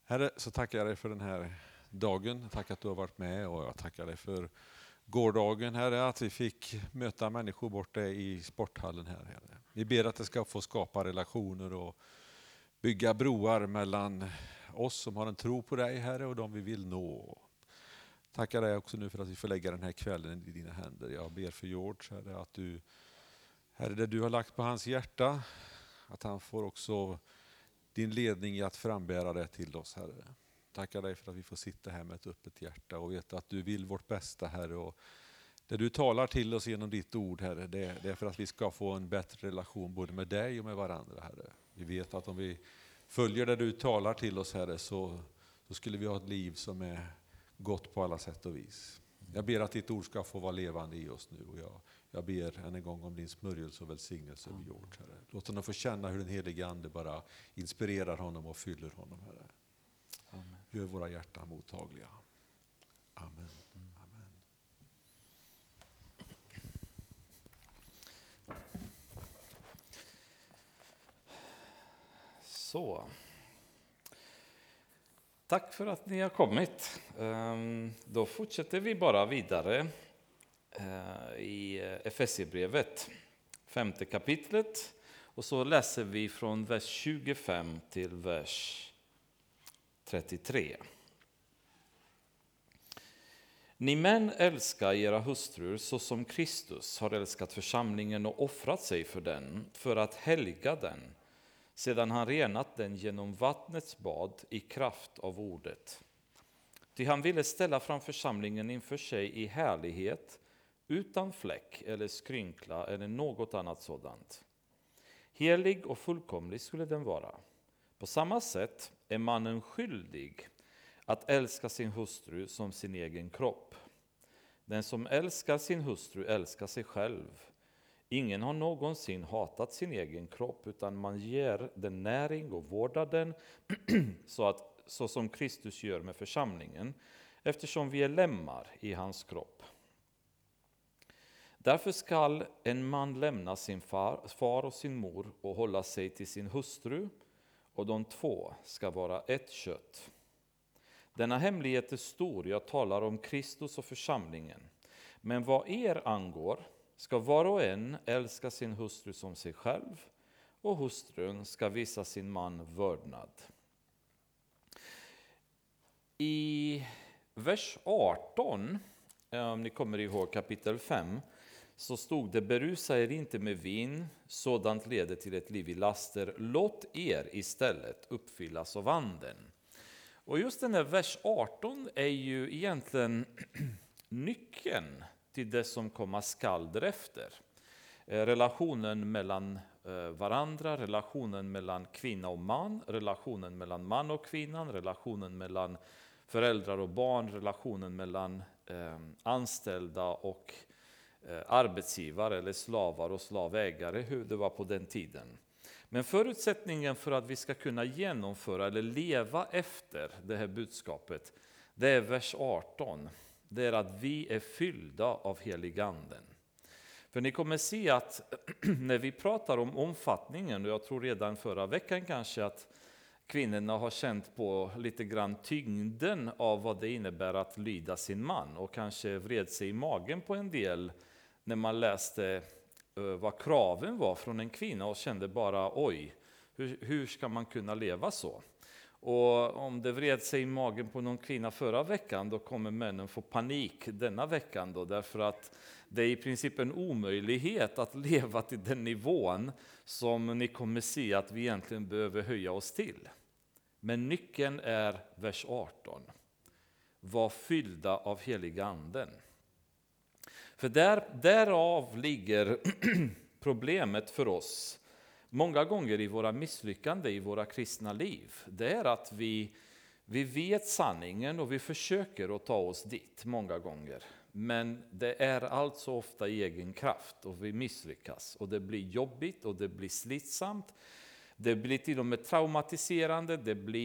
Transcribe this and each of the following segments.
Herre, så tackar jag dig för den här dagen. Jag tackar att du har varit med och jag tackar dig för gårdagen, Herre, att vi fick möta människor borta i sporthallen här, Herre. Vi ber att det ska få skapa relationer och bygga broar mellan oss som har en tro på dig, Herre, och de vi vill nå. Tackar dig också nu för att vi får lägga den här kvällen i dina händer. Jag ber för George, Herre, att du, Herre, det du har lagt på hans hjärta, att han får också din ledning i att frambära det till oss, Herre. Tackar dig för att vi får sitta här med ett öppet hjärta och veta att du vill vårt bästa, Herre. Och det du talar till oss genom ditt ord, Herre, det är för att vi ska få en bättre relation både med dig och med varandra, Herre. Vi vet att om vi följer det du talar till oss, Herre, så skulle vi ha ett liv som är gott på alla sätt och vis. Jag ber att ditt ord ska få vara levande i oss nu, och jag ber än en gång om din smörjelse och välsignelse över George, Herre. Låt honom få känna hur den helige Ande bara inspirerar honom och fyller honom, Herre. Amen. Gör våra hjärtan mottagliga. Amen. Amen. Så. Tack för att ni har kommit. Då fortsätter vi bara vidare i Efesierbrevet, 5:e kapitlet. Och så läser vi från vers 25 till vers 33. Ni män älskar era hustrur så som Kristus har älskat församlingen och offrat sig för den, för att helga den, sedan han renat den genom vattnets bad i kraft av ordet. Ty han ville ställa fram församlingen inför sig i härlighet, utan fläck eller skrynkla eller något annat sådant. Helig och fullkomlig skulle den vara. På samma sätt är mannen skyldig att älska sin hustru som sin egen kropp. Den som älskar sin hustru älskar sig själv. Ingen har någonsin hatat sin egen kropp, utan man ger den näring och vårdar den så som Kristus gör med församlingen, eftersom vi är lemmar i hans kropp. Därför skall en man lämna sin far och sin mor och hålla sig till sin hustru, och de två ska vara ett kött. Denna hemlighet är stor, jag talar om Kristus och församlingen. Men vad er angår ska var och en älska sin hustru som sig själv, och hustrun ska visa sin man vördnad. I vers 18, om ni kommer ihåg kapitel 5, så stod det: berusa er inte med vin, sådant leder till ett liv i laster. Låt er istället uppfyllas av anden. Och just den här vers 18 är ju egentligen nyckeln till det som komma skall därefter. Relationen mellan varandra, relationen mellan kvinna och man, relationen mellan man och kvinnan, relationen mellan föräldrar och barn, relationen mellan anställda och arbetsgivare eller slavar och slavägare, hur det var på den tiden. Men förutsättningen för att vi ska kunna genomföra eller leva efter det här budskapet, det är vers 18. Det är att vi är fyllda av heliganden. För ni kommer se att när vi pratar om omfattningen, och jag tror redan förra veckan kanske att kvinnorna har känt på lite grann tyngden av vad det innebär att lyda sin man, och kanske vred sig i magen på en del när man läste vad kraven var från en kvinna och kände bara oj, hur ska man kunna leva så? Och om det vred sig i magen på någon kvinna förra veckan, då kommer männen få panik denna veckan då, därför att det är i princip en omöjlighet att leva till den nivån som ni kommer se att vi egentligen behöver höja oss till. Men nyckeln är vers 18. Var fyllda av heliga anden. För därav ligger problemet för oss många gånger i våra misslyckanden i våra kristna liv. Det är att vi vet sanningen och vi försöker att ta oss dit många gånger. Men det är alltså ofta i egen kraft och vi misslyckas. Och det blir jobbigt och det blir slitsamt. Det blir till och med traumatiserande.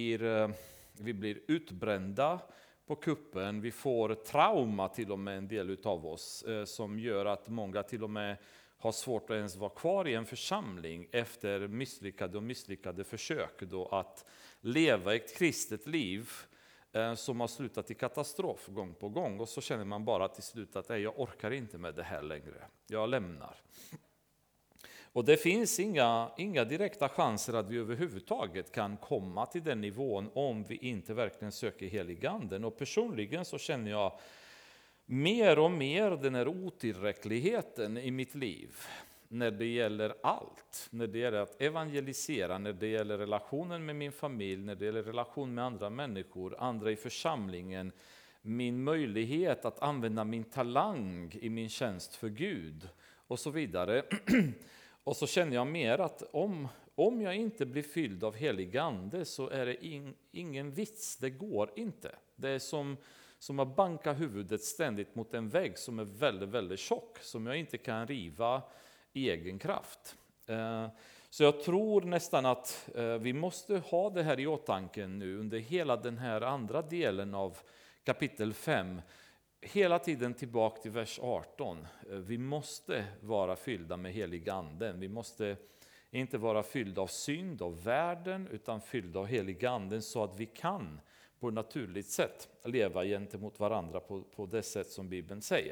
Vi blir utbrända på kuppen. Vi får trauma till och med en del utav oss som gör att många till och med har svårt att ens vara kvar i en församling efter misslyckade försök då att leva ett kristet liv som har slutat i katastrof gång på gång. Och så känner man bara till slut att jag orkar inte med det här längre. Jag lämnar. Och det finns inga direkta chanser att vi överhuvudtaget kan komma till den nivån om vi inte verkligen söker heliganden. Och personligen så känner jag mer och mer den här otillräckligheten i mitt liv när det gäller allt. När det gäller att evangelisera, när det gäller relationen med min familj, när det gäller relation med andra människor, andra i församlingen. Min möjlighet att använda min talang i min tjänst för Gud och så vidare. Och så känner jag mer att om jag inte blir fylld av helig ande så är det ingen vits, det går inte. Det är som att banka huvudet ständigt mot en vägg som är väldigt, väldigt tjock, som jag inte kan riva i egen kraft. Så jag tror nästan att vi måste ha det här i åtanke nu under hela den här andra delen av kapitel 5. Hela tiden tillbaka till vers 18. Vi måste vara fyllda med helig anden. Vi måste inte vara fyllda av synd, av världen, utan fyllda av helig anden så att vi kan på ett naturligt sätt leva gentemot varandra på det sätt som Bibeln säger.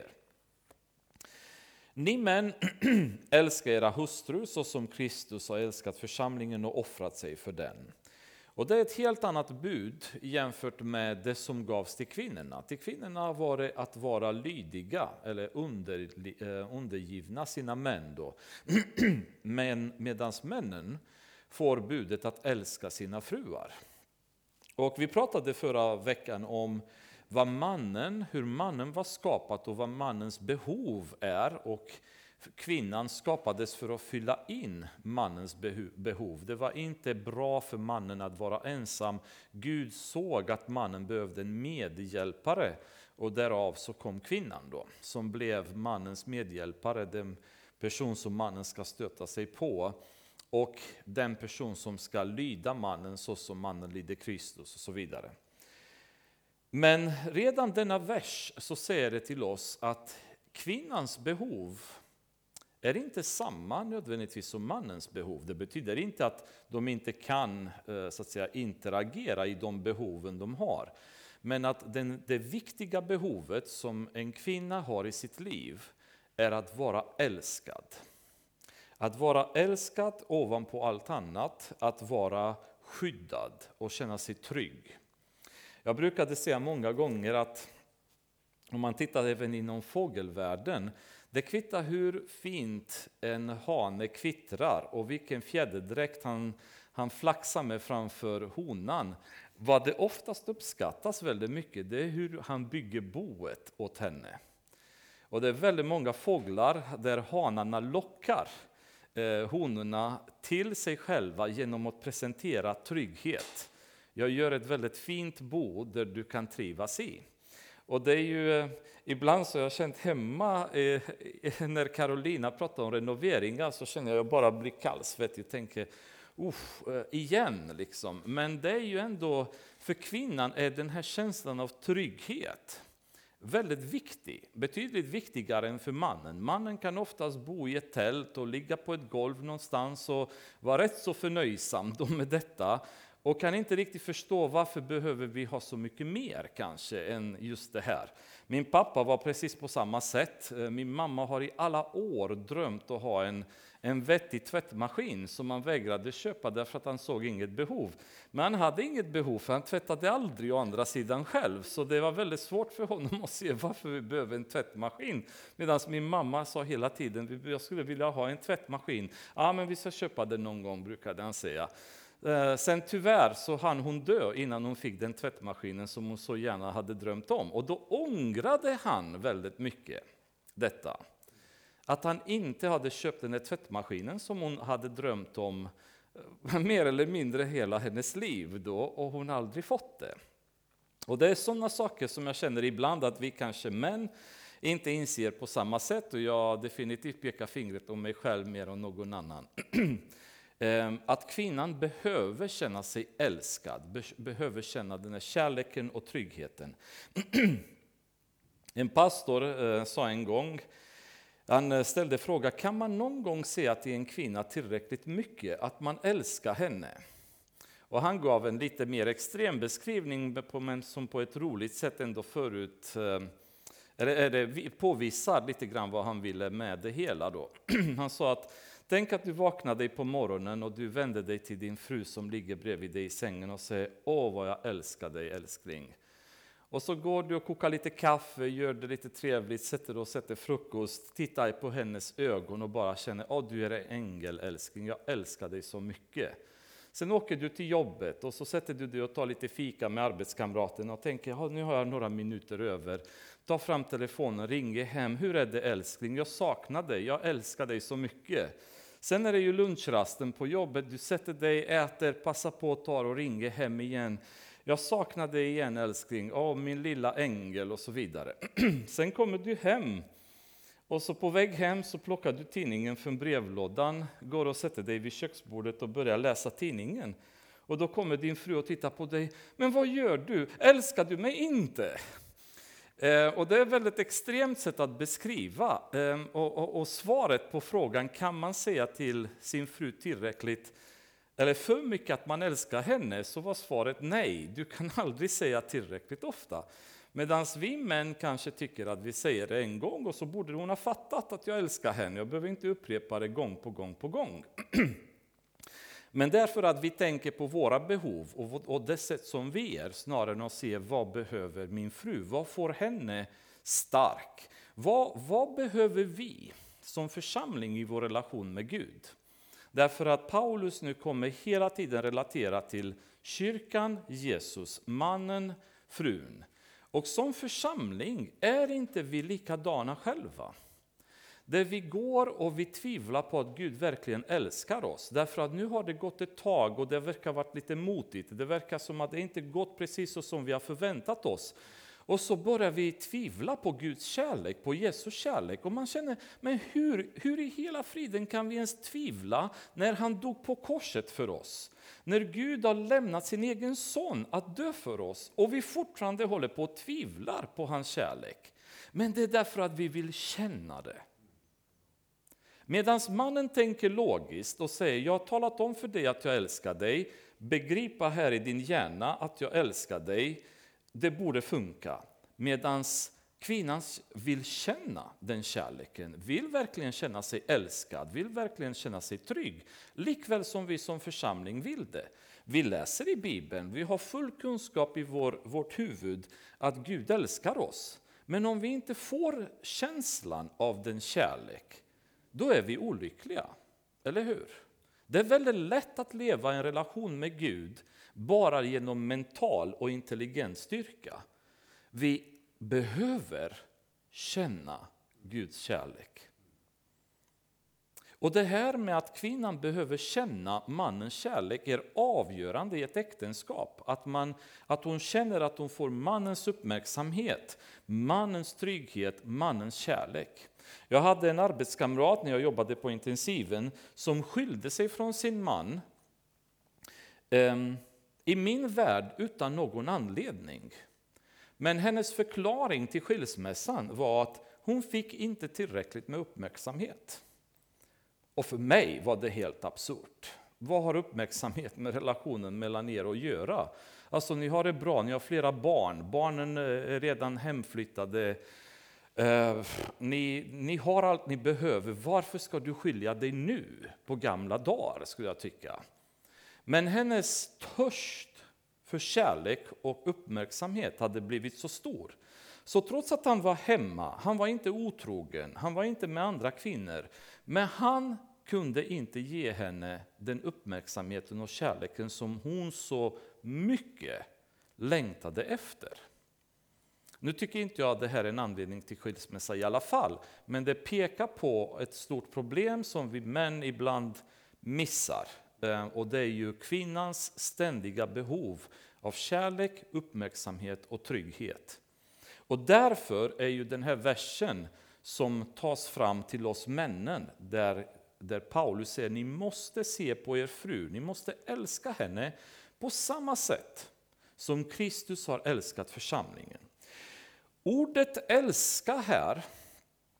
Ni män älskar era hustrur så som Kristus har älskat församlingen och offrat sig för den. Och det är ett helt annat bud jämfört med det som gavs till kvinnorna. Till kvinnorna var det att vara lydiga eller undergivna sina män då. Men medans männen får budet att älska sina fruar. Och vi pratade förra veckan om hur mannen var skapat och vad mannens behov är. Och kvinnan skapades för att fylla in mannens behov. Det var inte bra för mannen att vara ensam. Gud såg att mannen behövde en medhjälpare. Och därav så kom kvinnan då, som blev mannens medhjälpare. Den person som mannen ska stöta sig på. Och den person som ska lyda mannen så som mannen lyder Kristus och så vidare. Men redan denna vers så säger det till oss att kvinnans behov är inte samma nödvändigtvis som mannens behov. Det betyder inte att de inte kan så att säga, interagera i de behoven de har. Men att det viktiga behovet som en kvinna har i sitt liv är att vara älskad. Att vara älskad ovanpå allt annat, att vara skyddad och känna sig trygg. Jag brukade säga många gånger att om man tittar även inom fågelvärlden, det kvittar hur fint en hane kvittrar och vilken fjäderdräkt han flaxar med framför honan. Vad det oftast uppskattas väldigt mycket, det är hur han bygger boet åt henne. Och det är väldigt många fåglar där hanarna lockar honorna till sig själva genom att presentera trygghet. Jag gör ett väldigt fint bo där du kan trivas i. Och det är ju ibland så jag har känt hemma när Carolina pratar om renoveringar så känner jag bara blir kallsvettig och tänker igen liksom. Men det är ju ändå för kvinnan är den här känslan av trygghet väldigt viktig, betydligt viktigare än för mannen. Mannen kan oftast bo i ett tält och ligga på ett golv någonstans och vara rätt så förnöjsam med detta. Och kan inte riktigt förstå varför behöver vi ha så mycket mer kanske än just det här. Min pappa var precis på samma sätt. Min mamma har i alla år drömt att ha en vettig tvättmaskin som man vägrade köpa därför att han såg inget behov. Men han hade inget behov för han tvättade aldrig å andra sidan själv. Så det var väldigt svårt för honom att se varför vi behöver en tvättmaskin. Medan min mamma sa hela tiden, jag skulle vilja ha en tvättmaskin. Ja, men vi ska köpa den någon gång, brukade han säga. Sen tyvärr så hann hon dö innan hon fick den tvättmaskinen som hon så gärna hade drömt om. Och då ångrade han väldigt mycket detta. Att han inte hade köpt den här tvättmaskinen som hon hade drömt om mer eller mindre hela hennes liv då, och hon aldrig fått det. Och det är sådana saker som jag känner ibland att vi kanske män inte inser på samma sätt, och jag definitivt pekar fingret om mig själv mer än någon annan. Att kvinnan behöver känna sig älskad, behöver känna den här kärleken och tryggheten. En pastor sa en gång Han ställde frågan, kan man någon gång säga till en kvinna tillräckligt mycket att man älskar henne? Och han gav en lite mer extrem beskrivning, men som på ett roligt sätt ändå förut påvisar lite grann vad han ville med det hela då. Han sa att tänk att du vaknar dig på morgonen och du vänder dig till din fru som ligger bredvid dig i sängen och säger, åh vad jag älskar dig älskling. Och så går du och kokar lite kaffe, gör det lite trevligt, sätter frukost, tittar på hennes ögon och bara känner, åh du är en ängel älskling, jag älskar dig så mycket. Sen åker du till jobbet och så sätter du dig och tar lite fika med arbetskamraterna och tänker, nu har jag några minuter över. Ta fram telefonen, ringer hem, hur är det älskling, jag saknar dig, jag älskar dig så mycket. Sen är det ju lunchrasten på jobbet, du sätter dig, äter, passar på att ta och ringer hem igen. Jag saknar dig igen älskling, min lilla ängel och så vidare. Sen kommer du hem och så på väg hem så plockar du tidningen från brevlådan, går och sätter dig vid köksbordet och börjar läsa tidningen. Och då kommer din fru och tittar på dig, men vad gör du? Älskar du mig inte? Och det är ett väldigt extremt sätt att beskriva. Och svaret på frågan, kan man säga till sin fru tillräckligt eller för mycket att man älskar henne, så var svaret nej. Du kan aldrig säga tillräckligt ofta. Medan vi män kanske tycker att vi säger det en gång och så borde hon ha fattat att jag älskar henne. Jag behöver inte upprepa det gång på gång. Men därför att vi tänker på våra behov och det sätt som vi är, snarare än att se vad behöver min fru, vad får henne stark? Vad behöver vi som församling i vår relation med Gud? Därför att Paulus nu kommer hela tiden relatera till kyrkan, Jesus, mannen, frun. Och som församling är inte vi likadana själva. Där vi går och vi tvivlar på att Gud verkligen älskar oss. Därför att nu har det gått ett tag och det verkar varit lite motigt. Det verkar som att det inte gått precis så som vi har förväntat oss. Och så börjar vi tvivla på Guds kärlek, på Jesus kärlek. Och man känner, men hur i hela friden kan vi ens tvivla när han dog på korset för oss? När Gud har lämnat sin egen son att dö för oss och vi fortfarande håller på att tvivlar på hans kärlek. Men det är därför att vi vill känna det. Medan mannen tänker logiskt och säger, jag har talat om för dig att jag älskar dig, begripa här i din hjärna att jag älskar dig, det borde funka. Medan kvinnan vill känna den kärleken, vill verkligen känna sig älskad, vill verkligen känna sig trygg. Likväl som vi som församling vill det. Vi läser i Bibeln, vi har full kunskap i vårt huvud att Gud älskar oss. Men om vi inte får känslan av den kärlek, då är vi olyckliga, eller hur? Det är väldigt lätt att leva i en relation med Gud bara genom mental och intelligent styrka. Vi behöver känna Guds kärlek. Och det här med att kvinnan behöver känna mannens kärlek är avgörande i ett äktenskap. Att hon känner att hon får mannens uppmärksamhet, mannens trygghet, mannens kärlek. Jag hade en arbetskamrat när jag jobbade på intensiven som skilde sig från sin man i min värld utan någon anledning. Men hennes förklaring till skilsmässan var att hon fick inte tillräckligt med uppmärksamhet. Och för mig var det helt absurt. Vad har uppmärksamhet med relationen mellan er att göra? Alltså ni har det bra, ni har flera barn, barnen är redan hemflyttade. Ni har allt ni behöver. Varför ska du skilja dig nu på gamla dagar, skulle jag tycka. Men hennes törst för kärlek och uppmärksamhet hade blivit så stor. Så trots att han var hemma, han var inte otrogen, han var inte med andra kvinnor. Men han kunde inte ge henne den uppmärksamheten och kärleken som hon så mycket längtade efter. Nu tycker inte jag att det här är en anledning till skilsmässa i alla fall. Men det pekar på ett stort problem som vi män ibland missar. Och det är ju kvinnans ständiga behov av kärlek, uppmärksamhet och trygghet. Och därför är ju den här versen som tas fram till oss männen, där Paulus säger ni måste se på er fru, ni måste älska henne på samma sätt som Kristus har älskat församlingen. Ordet älska här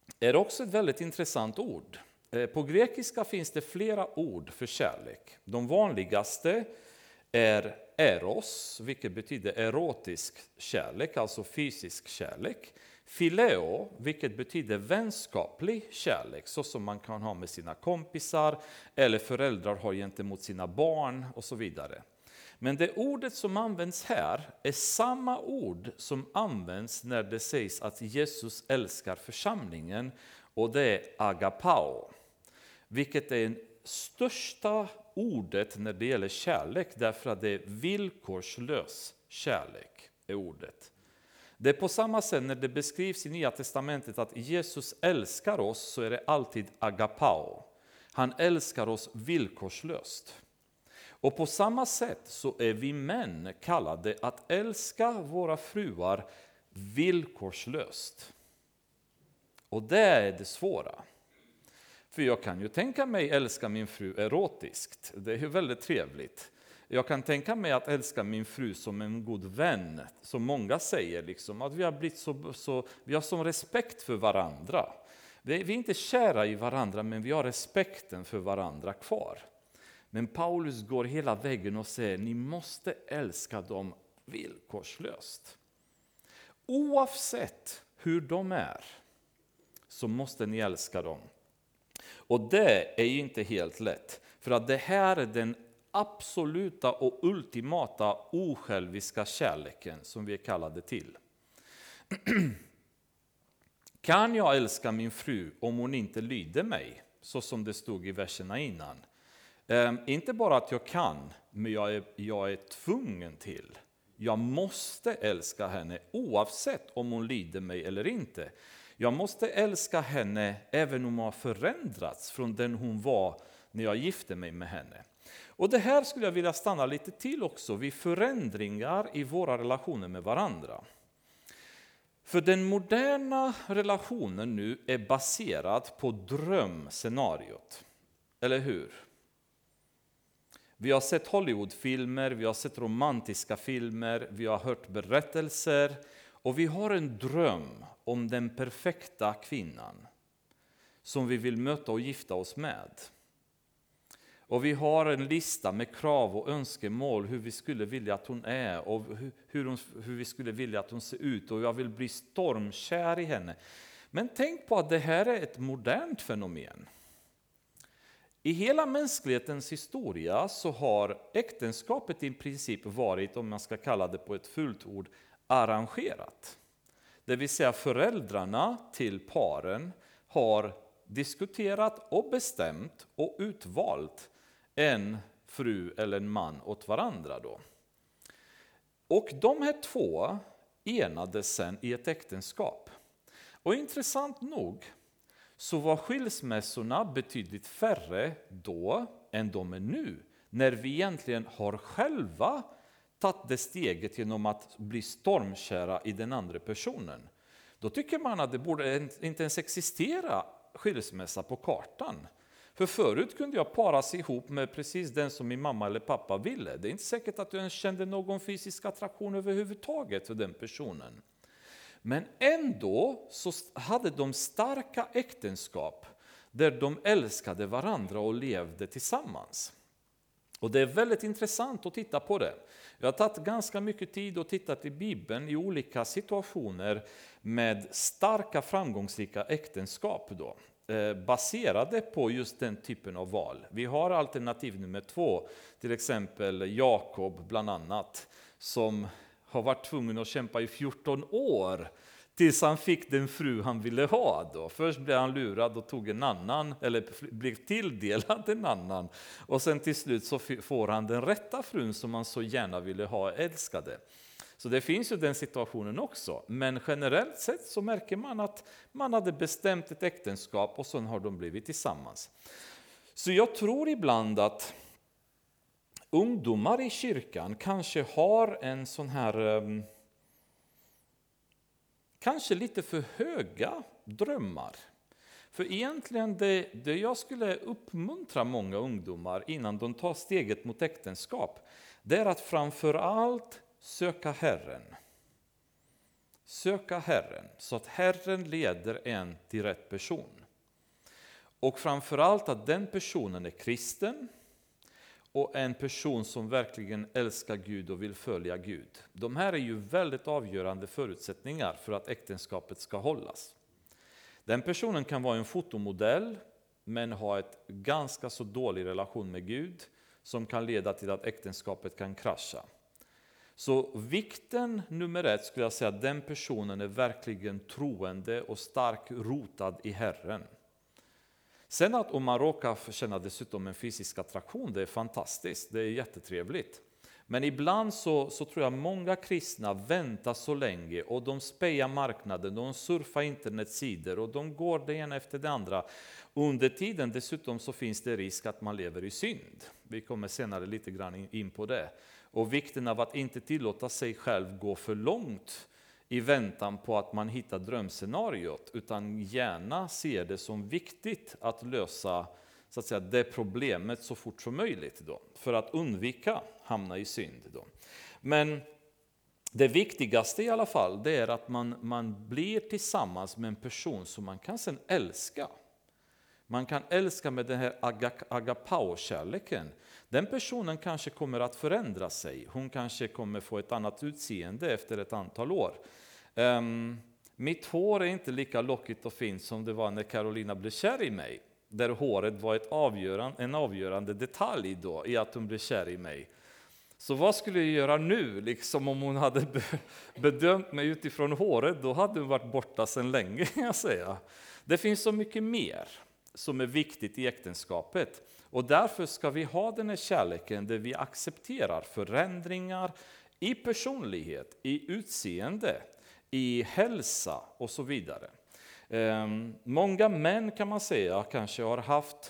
är också ett väldigt intressant ord. På grekiska finns det flera ord för kärlek. De vanligaste är eros, vilket betyder erotisk kärlek, alltså fysisk kärlek. Phileo, vilket betyder vänskaplig kärlek, så som man kan ha med sina kompisar eller föräldrar har gentemot sina barn och så vidare. Men det ordet som används här är samma ord som används när det sägs att Jesus älskar församlingen, och det är agapao, vilket är det största ordet när det gäller kärlek, därför att det är villkorslös kärlek är ordet. Det är på samma sätt när det beskrivs i Nya testamentet att Jesus älskar oss, så är det alltid agapao. Han älskar oss villkorslöst. Och på samma sätt så är vi män kallade att älska våra fruar villkorslöst. Och det är det svåra. För jag kan ju tänka mig älska min fru erotiskt. Det är ju väldigt trevligt. Jag kan tänka mig att älska min fru som en god vän. Som många säger, liksom, att vi har blivit vi har sån respekt för varandra. Vi är inte kära i varandra, men vi har respekten för varandra kvar. Men Paulus går hela vägen och säger, ni måste älska dem villkorslöst. Oavsett hur de är, så måste ni älska dem. Och det är ju inte helt lätt. För att det här är den absoluta och ultimata osjälviska kärleken som vi är kallade till. Kan jag älska min fru om hon inte lyder mig? Så som det stod i verserna innan. Inte bara att jag kan, men jag är tvungen till. Jag måste älska henne oavsett om hon lyder mig eller inte. Jag måste älska henne även om hon har förändrats från den hon var när jag gifte mig med henne. Och det här skulle jag vilja stanna lite till också vid förändringar i våra relationer med varandra. För den moderna relationen nu är baserad på drömscenariot. Eller hur? Vi har sett Hollywoodfilmer, vi har sett romantiska filmer, vi har hört berättelser. Och vi har en dröm om den perfekta kvinnan som vi vill möta och gifta oss med. Och vi har en lista med krav och önskemål hur vi skulle vilja att hon är och hur vi skulle vilja att hon ser ut. Och jag vill bli stormkär i henne. Men tänk på att det här är ett modernt fenomen. I hela mänsklighetens historia så har äktenskapet i princip varit, om man ska kalla det på ett fullt ord, arrangerat. Det vill säga föräldrarna till paren har diskuterat och bestämt och utvalt en fru eller en man åt varandra då. Och de här två enades sen i ett äktenskap. Och intressant nog så var skilsmässorna betydligt färre då än de är nu. När vi egentligen har själva tagit det steget genom att bli stormkära i den andra personen. Då tycker man att det borde inte ens existera skilsmässa på kartan. För förut kunde jag paras ihop med precis den som min mamma eller pappa ville. Det är inte säkert att du ens kände någon fysisk attraktion överhuvudtaget för den personen. Men ändå så hade de starka äktenskap där de älskade varandra och levde tillsammans. Och det är väldigt intressant att titta på det. Jag har tagit ganska mycket tid och tittat i Bibeln i olika situationer med starka framgångsrika äktenskap då, baserade på just den typen av val. Vi har alternativ nummer 2, till exempel Jakob bland annat, som har varit tvungen att kämpa i 14 år tills han fick den fru han ville ha. Då. Först blev han lurad och tog en annan, eller blev tilldelad en annan. Och sen till slut så får han den rätta frun som han så gärna ville ha och älskade. Så det finns ju den situationen också. Men generellt sett så märker man att man hade bestämt ett äktenskap och sen har de blivit tillsammans. Så jag tror ibland att ungdomar i kyrkan kanske har en sån här kanske lite för höga drömmar. För egentligen det jag skulle uppmuntra många ungdomar innan de tar steget mot äktenskap, det är att framför allt söka Herren. söka Herren så att Herren leder en till rätt person. Och framförallt att den personen är kristen och en person som verkligen älskar Gud och vill följa Gud. De här är ju väldigt avgörande förutsättningar för att äktenskapet ska hållas. Den personen kan vara en fotomodell men ha ett ganska så dålig relation med Gud som kan leda till att äktenskapet kan krascha. Så vikten nummer 1 skulle jag säga att den personen är verkligen troende och starkt rotad i Herren. Sen att om man råkar känna dessutom en fysisk attraktion, det är fantastiskt, det är jättetrevligt. Men ibland så tror jag många kristna väntar så länge och de spejar marknaden, de surfar internetsidor och de går det ena efter det andra. Under tiden dessutom så finns det risk att man lever i synd. Vi kommer senare lite grann in på det. Och vikten av att inte tillåta sig själv gå för långt i väntan på att man hittar drömscenariot, utan gärna ser det som viktigt att lösa så att säga, det problemet så fort som möjligt då, för att undvika hamna i synd. Då. Men det viktigaste i alla fall det är att man blir tillsammans med en person som man kan sen älska. Man kan älska med den här agapao-kärleken. Den personen kanske kommer att förändra sig. Hon kanske kommer få ett annat utseende efter ett antal år. Mitt hår är inte lika lockigt och fint som det var när Carolina blev kär i mig. Där håret var en avgörande detalj då, i att hon blev kär i mig. Så vad skulle jag göra nu? Liksom om hon hade bedömt mig utifrån håret, då hade hon varit borta sedan länge. Jag säga. Det finns så mycket mer som är viktigt i äktenskapet. Och därför ska vi ha den här kärleken där vi accepterar förändringar i personlighet, i utseende, i hälsa och så vidare. Många män kan man säga kanske har haft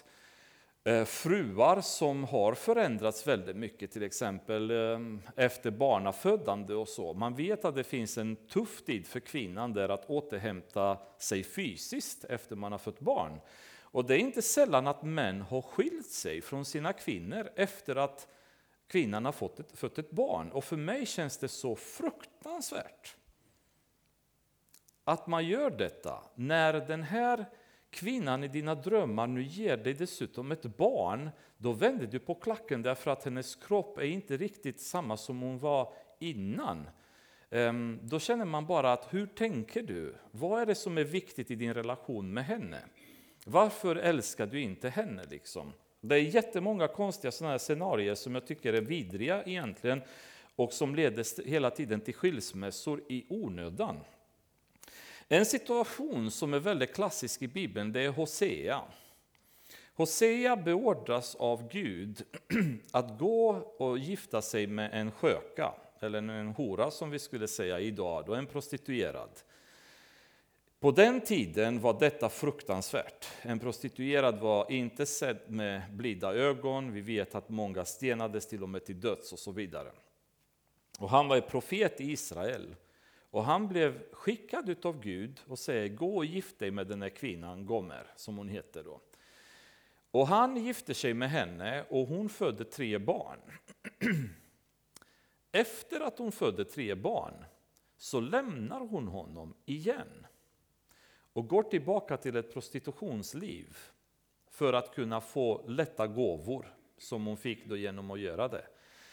fruar som har förändrats väldigt mycket, till exempel efter barnafödande och så. Man vet att det finns en tuff tid för kvinnan där att återhämta sig fysiskt efter man har fött barn. Och det är inte sällan att män har skilt sig från sina kvinnor efter att kvinnan har fött ett barn. Och för mig känns det så fruktansvärt att man gör detta när den här kvinnan i dina drömmar nu ger dig dessutom ett barn. Då vänder du på klacken därför att hennes kropp är inte riktigt samma som hon var innan. Då känner man bara att hur tänker du? Vad är det som är viktigt i din relation med henne? Varför älskar du inte henne liksom? Det är jättemånga konstiga sådana här scenarier som jag tycker är vidriga egentligen och som leder hela tiden till skilsmässor i onödan. En situation som är väldigt klassisk i Bibeln, det är Hosea. Hosea beordras av Gud att gå och gifta sig med en sköka, eller en hora som vi skulle säga idag, då en prostituerad. På den tiden var detta fruktansvärt. En prostituerad var inte sedd med blida ögon. Vi vet att många stenades till och med till döds och så vidare. Och han var en profet i Israel. Och han blev skickad utav Gud och säger gå och gift dig med den här kvinnan Gomer som hon heter då. Och han gifte sig med henne och hon födde 3 barn. Efter att hon födde 3 barn så lämnar hon honom igen. Och går tillbaka till ett prostitutionsliv för att kunna få lätta gåvor som hon fick då genom att göra det.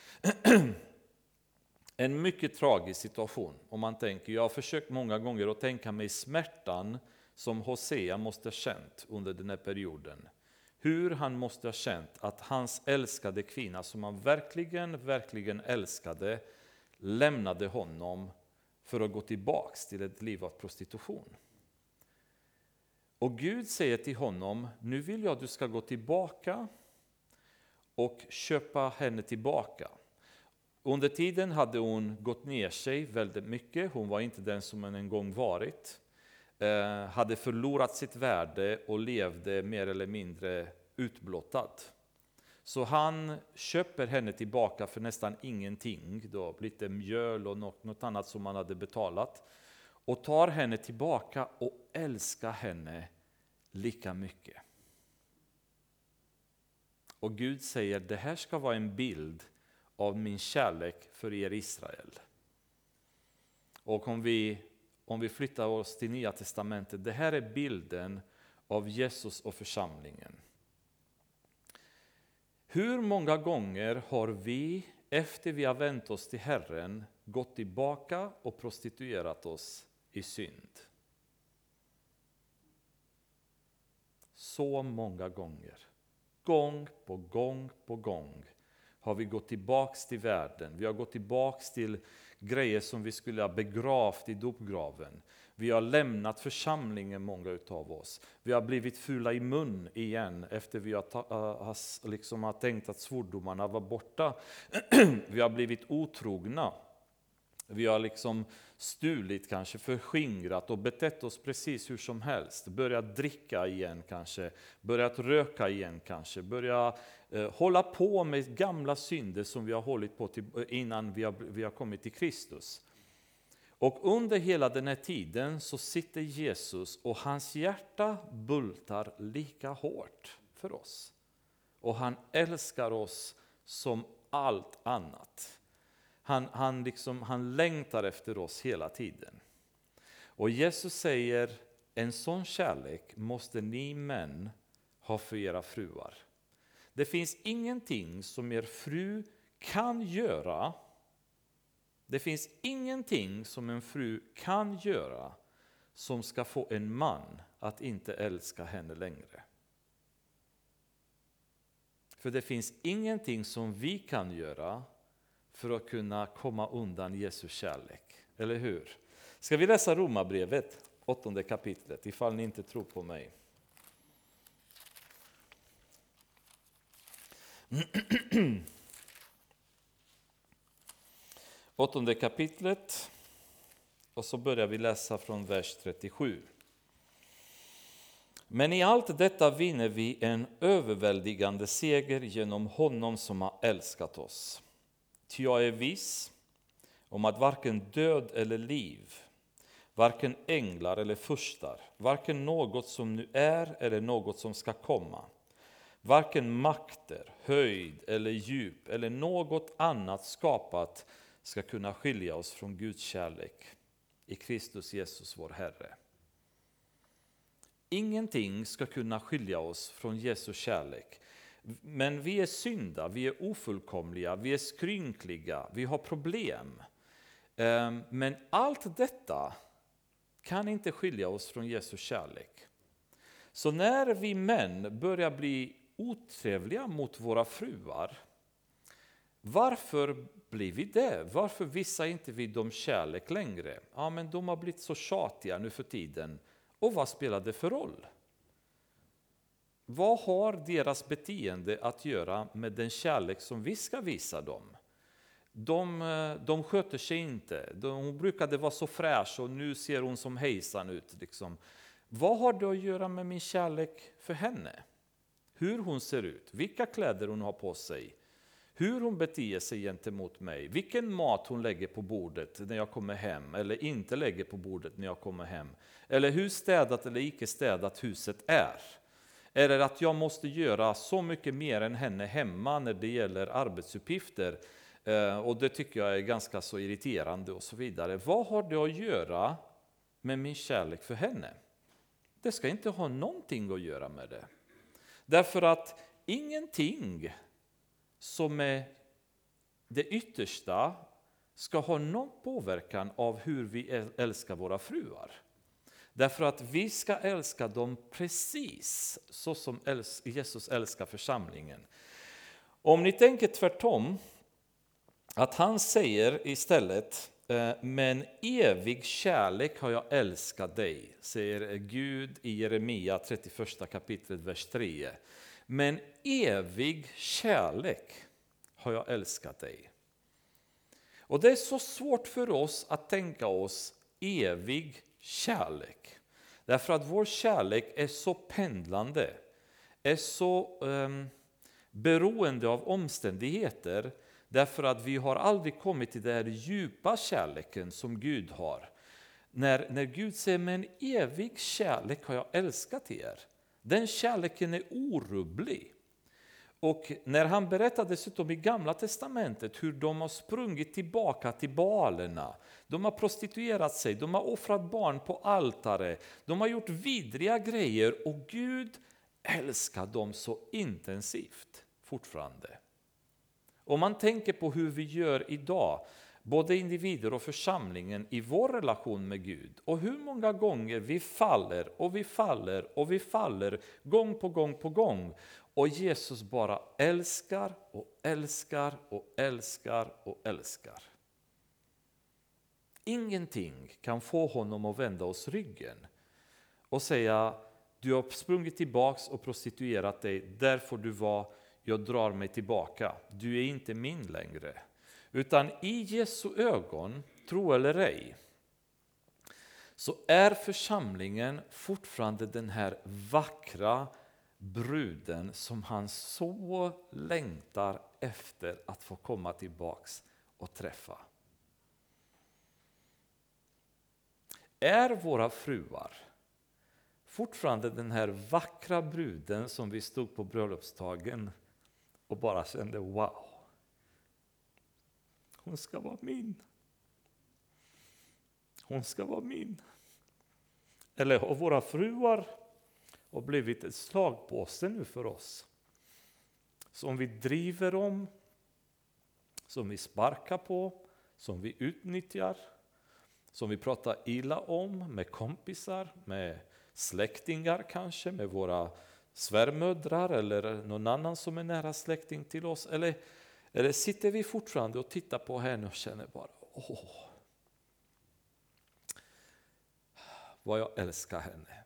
En mycket tragisk situation om man tänker, jag har försökt många gånger att tänka mig smärtan som Hosea måste ha känt under den här perioden. Hur han måste ha känt att hans älskade kvinna som han verkligen älskade lämnade honom för att gå tillbaks till ett liv av prostitution. Och Gud säger till honom, nu vill jag att du ska gå tillbaka och köpa henne tillbaka. Under tiden hade hon gått ner sig väldigt mycket. Hon var inte den som hon en gång varit. Hade förlorat sitt värde och levde mer eller mindre utblottad. Så han köper henne tillbaka för nästan ingenting. Då, lite mjöl och något annat som han hade betalat. Och tar henne tillbaka och älskar henne lika mycket. Och Gud säger, det här ska vara en bild av min kärlek för er Israel. Och om vi om vi flyttar oss till Nya testamentet, det här är bilden av Jesus och församlingen. Hur många gånger har vi, efter vi har vänt oss till Herren, gått tillbaka och prostituerat oss i synd? Så många gånger. Gång på gång på gång har vi gått tillbaks till världen. Vi har gått tillbaks till grejer som vi skulle ha begravt i dopgraven. Vi har lämnat församlingen, många utav oss. Vi har blivit fula i mun igen efter vi har tänkt att svordomarna var borta. Vi har blivit otrogna. Vi har stulit, kanske förskingrat och betett oss precis hur som helst. Börjat dricka igen kanske, börjat röka igen kanske, börjat hålla på med gamla synder som vi har hållit på till, innan vi har kommit till Kristus. Och under hela den här tiden så sitter Jesus och hans hjärta bultar lika hårt för oss. Och han älskar oss som allt annat. Han längtar efter oss hela tiden. Och Jesus säger, en sån kärlek måste ni män ha för era fruar. Det finns ingenting som er fru kan göra. Det finns ingenting som en fru kan göra som ska få en man att inte älska henne längre. För det finns ingenting som vi kan göra för att kunna komma undan Jesu kärlek. Eller hur? Ska vi läsa Romarbrevet, 8:e kapitlet, ifall ni inte tror på mig. Åttonde kapitlet, och så börjar vi läsa från vers 37. Men i allt detta vinner vi en överväldigande seger genom honom som har älskat oss. Ty jag är viss om att varken död eller liv, varken änglar eller furstar, varken något som nu är eller något som ska komma, varken makter, höjd eller djup eller något annat skapat ska kunna skilja oss från Guds kärlek i Kristus Jesus vår Herre. Ingenting ska kunna skilja oss från Jesu kärlek. Men vi är synda, vi är ofullkomliga, vi är skrynkliga, vi har problem. Men allt detta kan inte skilja oss från Jesu kärlek. Så när vi män börjar bli otrevliga mot våra fruar, varför blir vi det? Varför visar inte vi dem kärlek längre? Ja, men de har blivit så tjatiga nu för tiden. Och vad spelar det för roll? Vad har deras beteende att göra med den kärlek som vi ska visa dem? De sköter sig inte. Hon brukade vara så fräsch och nu ser hon som hejsan ut. Vad har det att göra med min kärlek för henne? Hur hon ser ut, vilka kläder hon har på sig, hur hon beter sig gentemot mig, vilken mat hon lägger på bordet när jag kommer hem eller inte lägger på bordet när jag kommer hem. Eller hur städat eller icke städat huset är. Eller att jag måste göra så mycket mer än henne hemma när det gäller arbetsuppgifter. Och det tycker jag är ganska så irriterande och så vidare. Vad har det att göra med min kärlek för henne? Det ska inte ha någonting att göra med det. Därför att ingenting som är det yttersta ska ha någon påverkan av hur vi älskar våra fruar. Därför att vi ska älska dem precis så som Jesus älskar församlingen. Om ni tänker tvärtom, att han säger istället, men evig kärlek har jag älskat dig, säger Gud i Jeremia 31 kapitlet vers 3. Men evig kärlek har jag älskat dig. Och det är så svårt för oss att tänka oss evig kärlek. Därför att vår kärlek är så pendlande, är så beroende av omständigheter. Därför att vi har aldrig kommit till den här djupa kärleken som Gud har. När Gud säger, men evig kärlek har jag älskat er. Den kärleken är orubblig. Och när han berättar dessutom i Gamla testamentet hur de har sprungit tillbaka till Baalerna. De har prostituerat sig, de har offrat barn på altare. De har gjort vidriga grejer och Gud älskar dem så intensivt fortfarande. Om man tänker på hur vi gör idag, både individer och församlingen i vår relation med Gud. Och hur många gånger vi faller och vi faller och vi faller gång på gång på gång. Och Jesus bara älskar och älskar och älskar och älskar. Ingenting kan få honom att vända oss ryggen och säga: du har sprungit tillbaks och prostituerat dig, där får du vara, jag drar mig tillbaka. Du är inte min längre. Utan i Jesu ögon, tro eller ej, så är församlingen fortfarande den här vackra bruden som han så längtar efter att få komma tillbaks och träffa. Är våra fruar fortfarande den här vackra bruden som vi stod på bröllopsdagen och bara kände wow, hon ska vara min. Hon ska vara min. Eller har våra fruar och blivit ett slagpåse nu för oss, som vi driver om, som vi sparkar på, som vi utnyttjar, som vi pratar illa om med kompisar, med släktingar kanske, med våra svärmödrar eller någon annan som är nära släkting till oss. Eller sitter vi fortfarande och tittar på henne och känner bara vad jag älskar henne.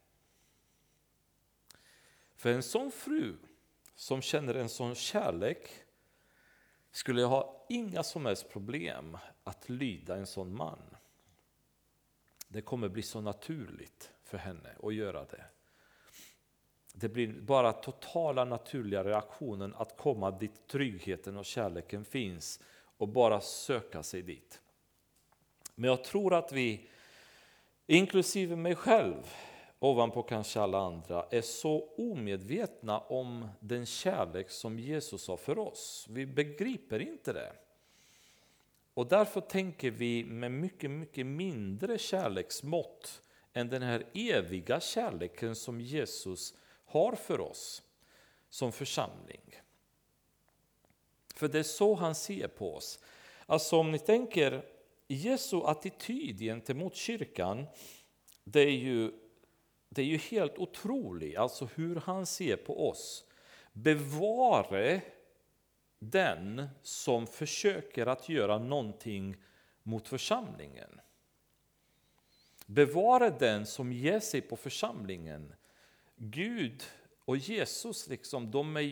För en sån fru som känner en sån kärlek skulle jag ha inga som helst problem att lyda en sån man. Det kommer bli så naturligt för henne att göra det. Det blir bara totala naturliga reaktionen att komma dit tryggheten och kärleken finns och bara söka sig dit. Men jag tror att vi, inklusive mig själv, ovanpå kanske alla andra, är så omedvetna om den kärlek som Jesus har för oss. Vi begriper inte det. Och därför tänker vi med mycket, mycket mindre kärleksmått än den här eviga kärleken som Jesus har för oss som församling. För det är så han ser på oss. Alltså om ni tänker, Jesu attityd gentemot kyrkan, det är ju helt otroligt. Alltså hur han ser på oss. Bevare den som försöker att göra någonting mot församlingen. Bevara den som ger sig på församlingen. Gud och Jesus, liksom,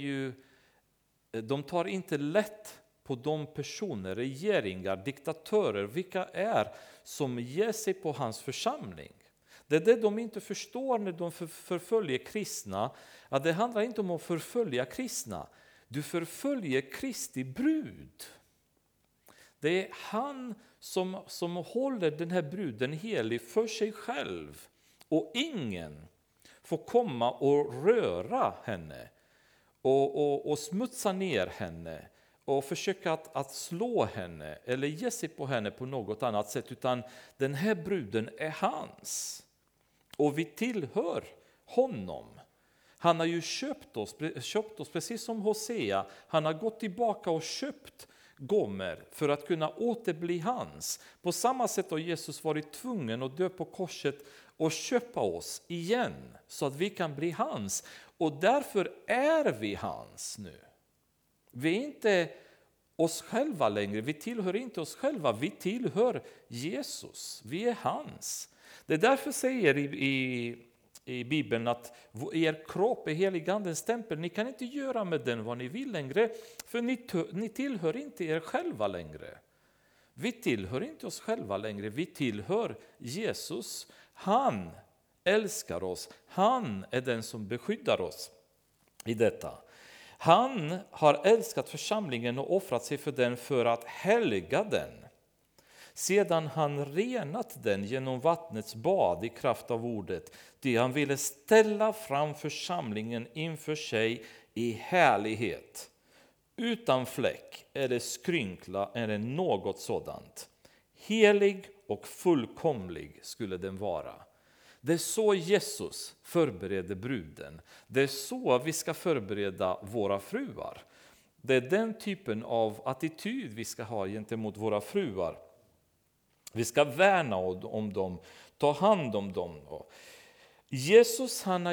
de tar inte lätt på de personer, regeringar, diktatörer, vilka är som ger sig på hans församling. Det är det de inte förstår när de förföljer kristna, att det handlar inte om att förfölja kristna. Du förföljer Kristi brud. Det är han som håller den här bruden helig för sig själv. Och ingen får komma och röra henne. Och smutsa ner henne. Och försöka att slå henne. Eller ge sig på henne på något annat sätt. Utan den här bruden är hans. Och vi tillhör honom. Han har ju köpt oss precis som Hosea. Han har gått tillbaka och köpt Gomer för att kunna återbli hans. På samma sätt har Jesus varit tvungen att dö på korset och köpa oss igen så att vi kan bli hans. Och därför är vi hans nu. Vi är inte oss själva längre. Vi tillhör inte oss själva. Vi tillhör Jesus. Vi är hans. Det är därför säger i Bibeln att er kropp är heligandens tempel. Ni kan inte göra med den vad ni vill längre. För ni tillhör inte er själva längre. Vi tillhör inte oss själva längre. Vi tillhör Jesus. Han älskar oss. Han är den som beskyddar oss i detta. Han har älskat församlingen och offrat sig för den för att helga den. Sedan han renat den genom vattnets bad i kraft av ordet, det han ville ställa fram församlingen inför sig i härlighet. utan fläck, är det skrynkla, är det något sådant. Helig och fullkomlig skulle den vara. Det är så Jesus förbereder bruden. Det är så vi ska förbereda våra fruar. Det är den typen av attityd vi ska ha gentemot våra fruar. Vi ska värna om dem, ta hand om dem. Jesus han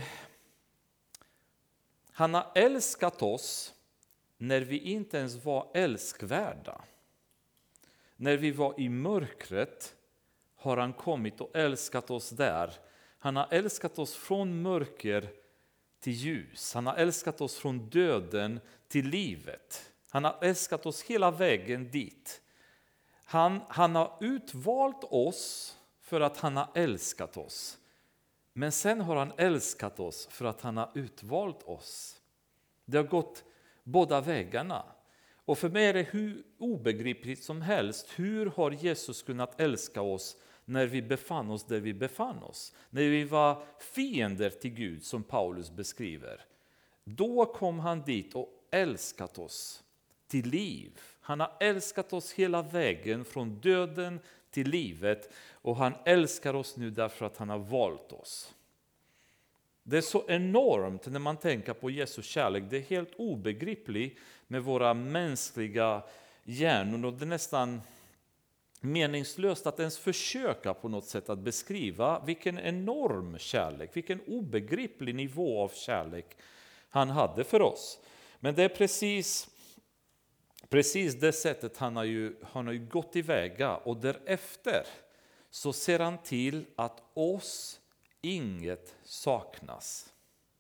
har älskat oss när vi inte ens var älskvärda. När vi var i mörkret har han kommit och älskat oss där. Han har älskat oss från mörker till ljus. Han har älskat oss från döden till livet. Han har älskat oss hela vägen dit. Han har utvalt oss för att han har älskat oss. Men sen har han älskat oss för att han har utvalt oss. Det har gått båda vägarna. Och för mig är det hur obegripligt som helst. Hur har Jesus kunnat älska oss när vi befann oss där vi befann oss? När vi var fiender till Gud, som Paulus beskriver. Då kom han dit och älskat oss till liv. Han har älskat oss hela vägen från döden till livet. Och han älskar oss nu därför att han har valt oss. Det är så enormt när man tänker på Jesu kärlek. Det är helt obegripligt med våra mänskliga hjärnor. Och det är nästan meningslöst att ens försöka på något sätt att beskriva vilken enorm kärlek, vilken obegriplig nivå av kärlek han hade för oss. Men det är precis det sättet han har ju gått tillväga, och därefter så ser han till att oss inget saknas.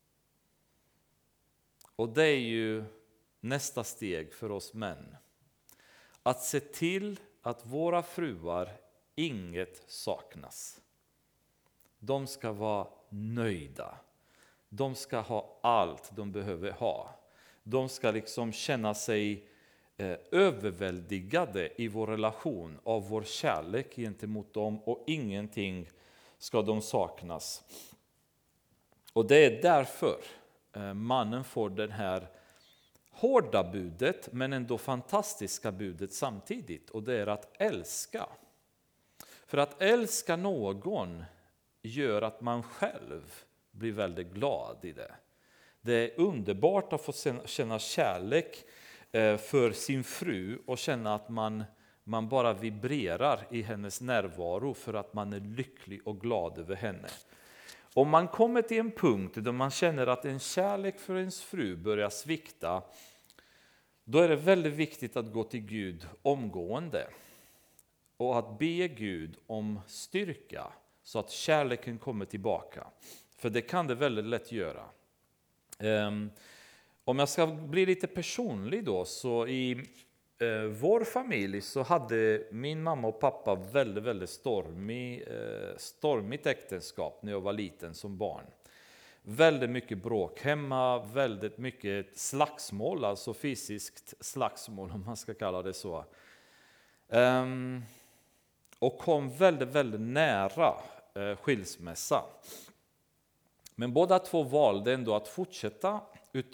Och det är ju nästa steg för oss män. Att se till att våra fruar inget saknas. De ska vara nöjda. De ska ha allt de behöver ha. De ska liksom känna sig överväldigade i vår relation av vår kärlek gentemot dem, och ingenting ska de saknas. Och det är därför mannen får den här hårda budet, men ändå fantastiska budet samtidigt. Och det är att älska. För att älska någon gör att man själv blir väldigt glad i det. Det är underbart att få känna kärlek för sin fru och känna att man bara vibrerar i hennes närvaro för att man är lycklig och glad över henne. Om man kommer till en punkt där man känner att en kärlek för ens fru börjar svikta, då är det väldigt viktigt att gå till Gud omgående och att be Gud om styrka så att kärleken kommer tillbaka. För det kan det väldigt lätt göra. Om jag ska bli lite personlig då, så i vår familj så hade min mamma och pappa väldigt, väldigt stormigt äktenskap när jag var liten som barn. Väldigt mycket bråk hemma, väldigt mycket slagsmål, alltså fysiskt slagsmål om man ska kalla det så. Och kom väldigt, väldigt nära skilsmässa. Men båda två valde ändå att fortsätta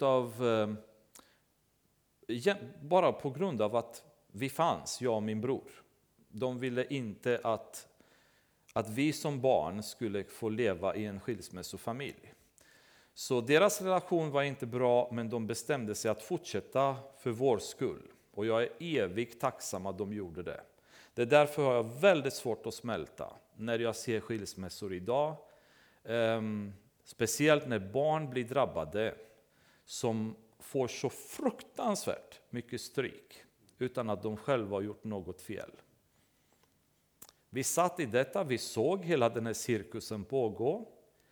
bara på grund av att vi fanns, jag och min bror. De ville inte att vi som barn skulle få leva i en skilsmässofamilj. Så deras relation var inte bra, men de bestämde sig att fortsätta för vår skull. Och jag är evigt tacksam att de gjorde det. Det är därför har jag väldigt svårt att smälta när jag ser skilsmässor idag. Speciellt när barn blir drabbade som får så fruktansvärt mycket stryk utan att de själva har gjort något fel. Vi satt i detta, vi såg hela den här cirkusen pågå.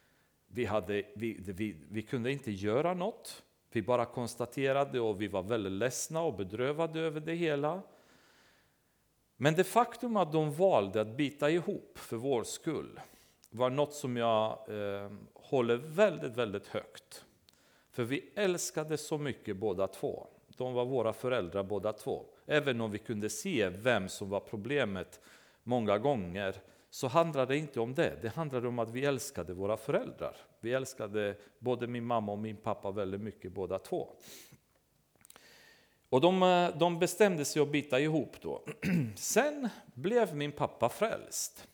Vi kunde inte göra något. Vi bara konstaterade, och vi var väldigt ledsna och bedrövade över det hela. Men det faktum att de valde att bita ihop för vår skull var något som jag håller väldigt, väldigt högt. För vi älskade så mycket båda två. De var våra föräldrar båda två. Även om vi kunde se vem som var problemet många gånger, så handlade det inte om det. Det handlade om att vi älskade våra föräldrar. Vi älskade både min mamma och min pappa väldigt mycket båda två. Och de bestämde sig att byta ihop då. Sen blev min pappa frälst.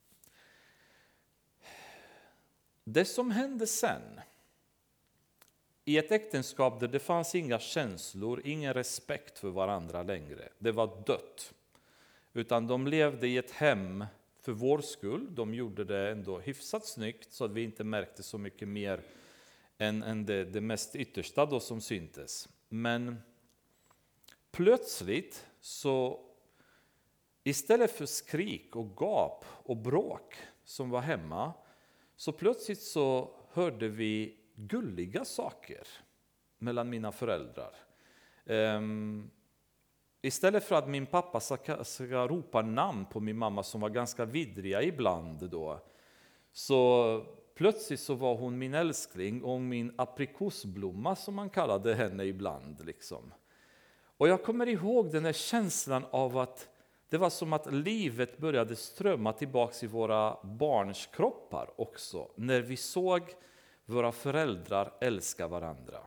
Det som hände sen, i ett äktenskap där det fanns inga känslor, ingen respekt för varandra längre. Det var dött. Utan de levde i ett hem för vår skull. De gjorde det ändå hyfsat snyggt så att vi inte märkte så mycket mer än det mest yttersta då som syntes. Men plötsligt så istället för skrik och gap och bråk som var hemma, så plötsligt så hörde vi gulliga saker mellan mina föräldrar. Istället för att min pappa ska ropa namn på min mamma som var ganska vidriga ibland då, så plötsligt så var hon min älskling och min aprikosblomma som man kallade henne ibland. Liksom. Och jag kommer ihåg den här känslan av att det var som att livet började strömma tillbaka i våra barns kroppar också. När vi såg våra föräldrar älska varandra.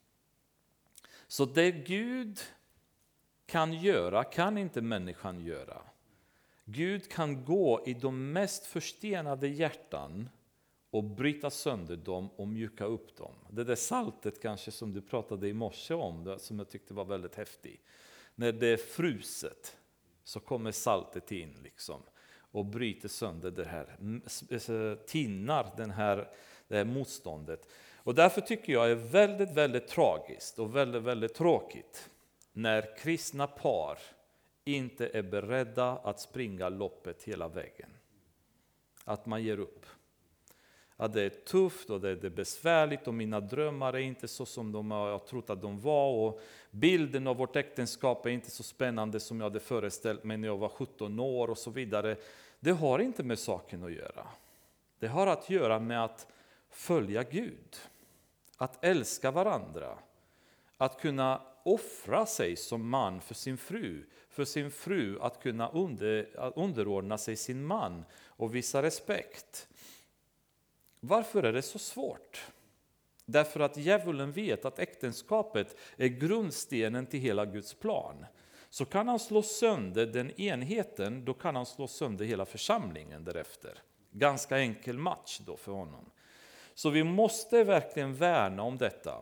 Så det Gud kan göra kan inte människan göra. Gud kan gå i de mest förstenade hjärtan och bryta sönder dem och mjuka upp dem. Det där saltet kanske som du pratade i morse om, som jag tyckte var väldigt häftigt. När det är fruset så kommer saltet in liksom och bryter sönder det här, tinnar det här motståndet. Och därför tycker jag är väldigt, väldigt tragiskt och väldigt, väldigt tråkigt när kristna par inte är beredda att springa loppet hela vägen. Att man ger upp. Att det är tufft och det är besvärligt och mina drömmar är inte så som jag trott att de var. Och bilden av vårt äktenskap är inte så spännande som jag hade föreställt mig när jag var 17 år och så vidare. Det har inte med saken att göra. Det har att göra med att följa Gud. Att älska varandra. Att kunna offra sig som man för sin fru. För sin fru att kunna underordna sig sin man och visa respekt. Varför är det så svårt? Därför att djävulen vet att äktenskapet är grundstenen till hela Guds plan. Så kan han slå sönder den enheten, då kan han slå sönder hela församlingen därefter. Ganska enkel match då för honom. Så vi måste verkligen värna om detta.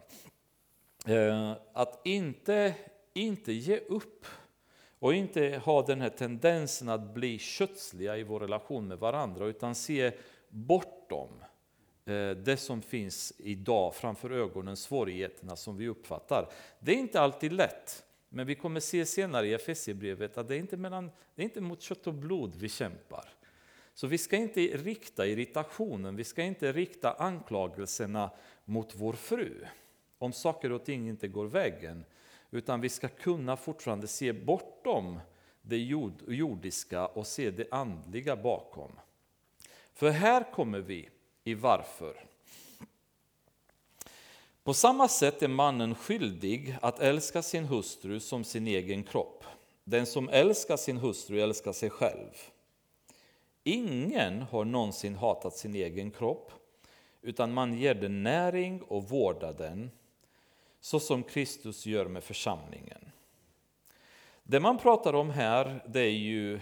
Att inte ge upp och inte ha den här tendensen att bli kötsliga i vår relation med varandra, utan se bortom det som finns idag framför ögonen, svårigheterna som vi uppfattar. Det är inte alltid lätt, men vi kommer se senare i Efesierbrevet att det är inte mot kött och blod vi kämpar. Så vi ska inte rikta irritationen, vi ska inte rikta anklagelserna mot vår fru om saker och ting inte går vägen, utan vi ska kunna fortfarande se bortom det jordiska och se det andliga bakom. För här kommer vi i varför. På samma sätt är mannen skyldig att älska sin hustru som sin egen kropp. Den som älskar sin hustru älskar sig själv. Ingen har någonsin hatat sin egen kropp, utan man ger den näring och vårdar den, så som Kristus gör med församlingen. Det man pratar om här, det är ju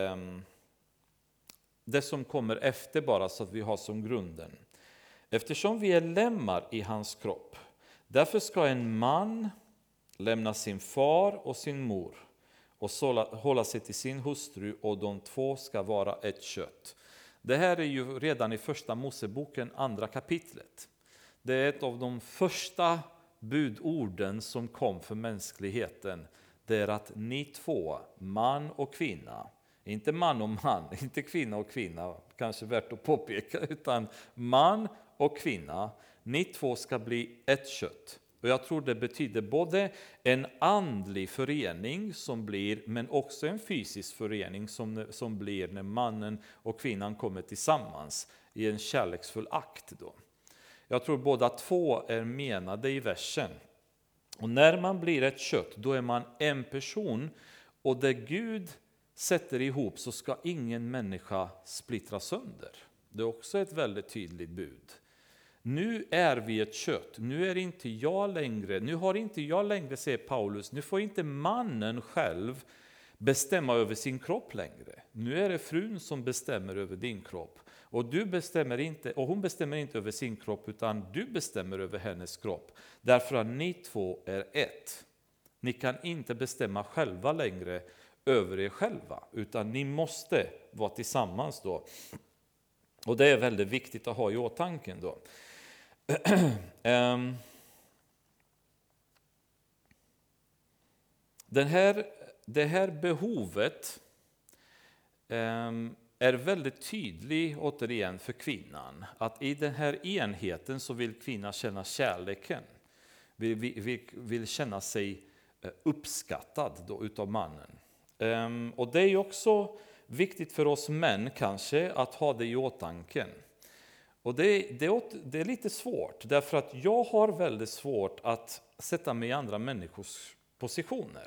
det som kommer efter, bara så att vi har som grunden. Eftersom vi är lemmar i hans kropp, därför ska en man lämna sin far och sin mor och hålla sig till sin hustru, och de två ska vara ett kött. Det här är ju redan i första Moseboken, 2 kapitlet. Det är ett av de första budorden som kom för mänskligheten. Det är att ni två, man och kvinna, inte man och man, inte kvinna och kvinna, kanske värt att påpeka, utan man och kvinna, ni två ska bli ett kött. Och jag tror det betyder både en andlig förening som blir, men också en fysisk förening som blir när mannen och kvinnan kommer tillsammans i en kärleksfull akt då. Jag tror båda två är menade i versen. Och när man blir ett kött, då är man en person, och det Gud sätter ihop så ska ingen människa splittra sönder. Det är också ett väldigt tydligt bud. Nu är vi ett kött, nu är inte jag längre, nu har inte jag längre, säger Paulus, nu får inte mannen själv bestämma över sin kropp längre. Nu är det frun som bestämmer över din kropp. Och hon bestämmer inte över sin kropp, utan du bestämmer över hennes kropp. Därför att ni två är ett. Ni kan inte bestämma själva längre över er själva, utan ni måste vara tillsammans då. Och det är väldigt viktigt att ha i åtanke då. Det här behovet är väldigt tydlig återigen för kvinnan. Att i den här enheten så vill kvinnan känna kärleken. Vill känna sig uppskattad då utav mannen. Och det är också viktigt för oss män kanske att ha det i åtanke. Och det är lite svårt, därför att jag har väldigt svårt att sätta mig i andra människors positioner.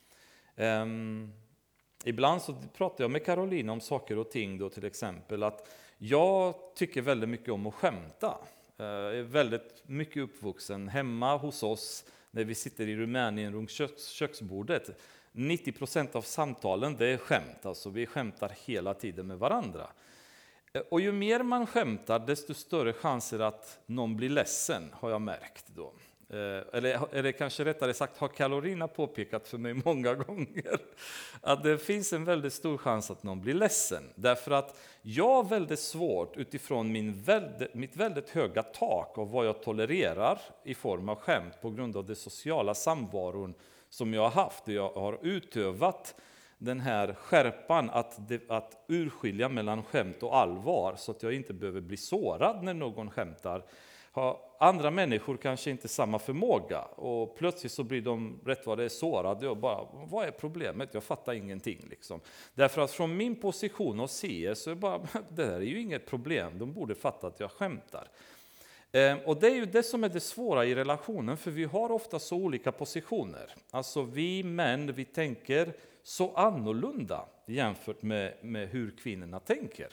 Ibland så pratar jag med Caroline om saker och ting då, till exempel att jag tycker väldigt mycket om att skämta. Jag är väldigt mycket uppvuxen hemma hos oss när vi sitter i Rumänien runt köksbordet. 90% av samtalen det är skämt, alltså vi skämtar hela tiden med varandra. Och ju mer man skämtar, desto större chanser att någon blir ledsen, har jag märkt då. Eller kanske rättare sagt har Carolina påpekat för mig många gånger att det finns en väldigt stor chans att någon blir ledsen. Därför att jag har väldigt svårt utifrån mitt väldigt höga tak av vad jag tolererar i form av skämt på grund av det sociala samvaron som jag har haft. Jag har utövat den här skärpan att urskilja mellan skämt och allvar så att jag inte behöver bli sårad när någon skämtar. Har andra människor kanske inte samma förmåga och plötsligt så blir de rätt vad det är sårade och bara, vad är problemet? Jag fattar ingenting liksom. Därför att från min position och se så är bara, det här är ju inget problem, de borde fatta att jag skämtar. Och det är ju det som är det svåra i relationen, för vi har ofta så olika positioner. Alltså vi män, vi tänker så annorlunda jämfört med hur kvinnorna tänker.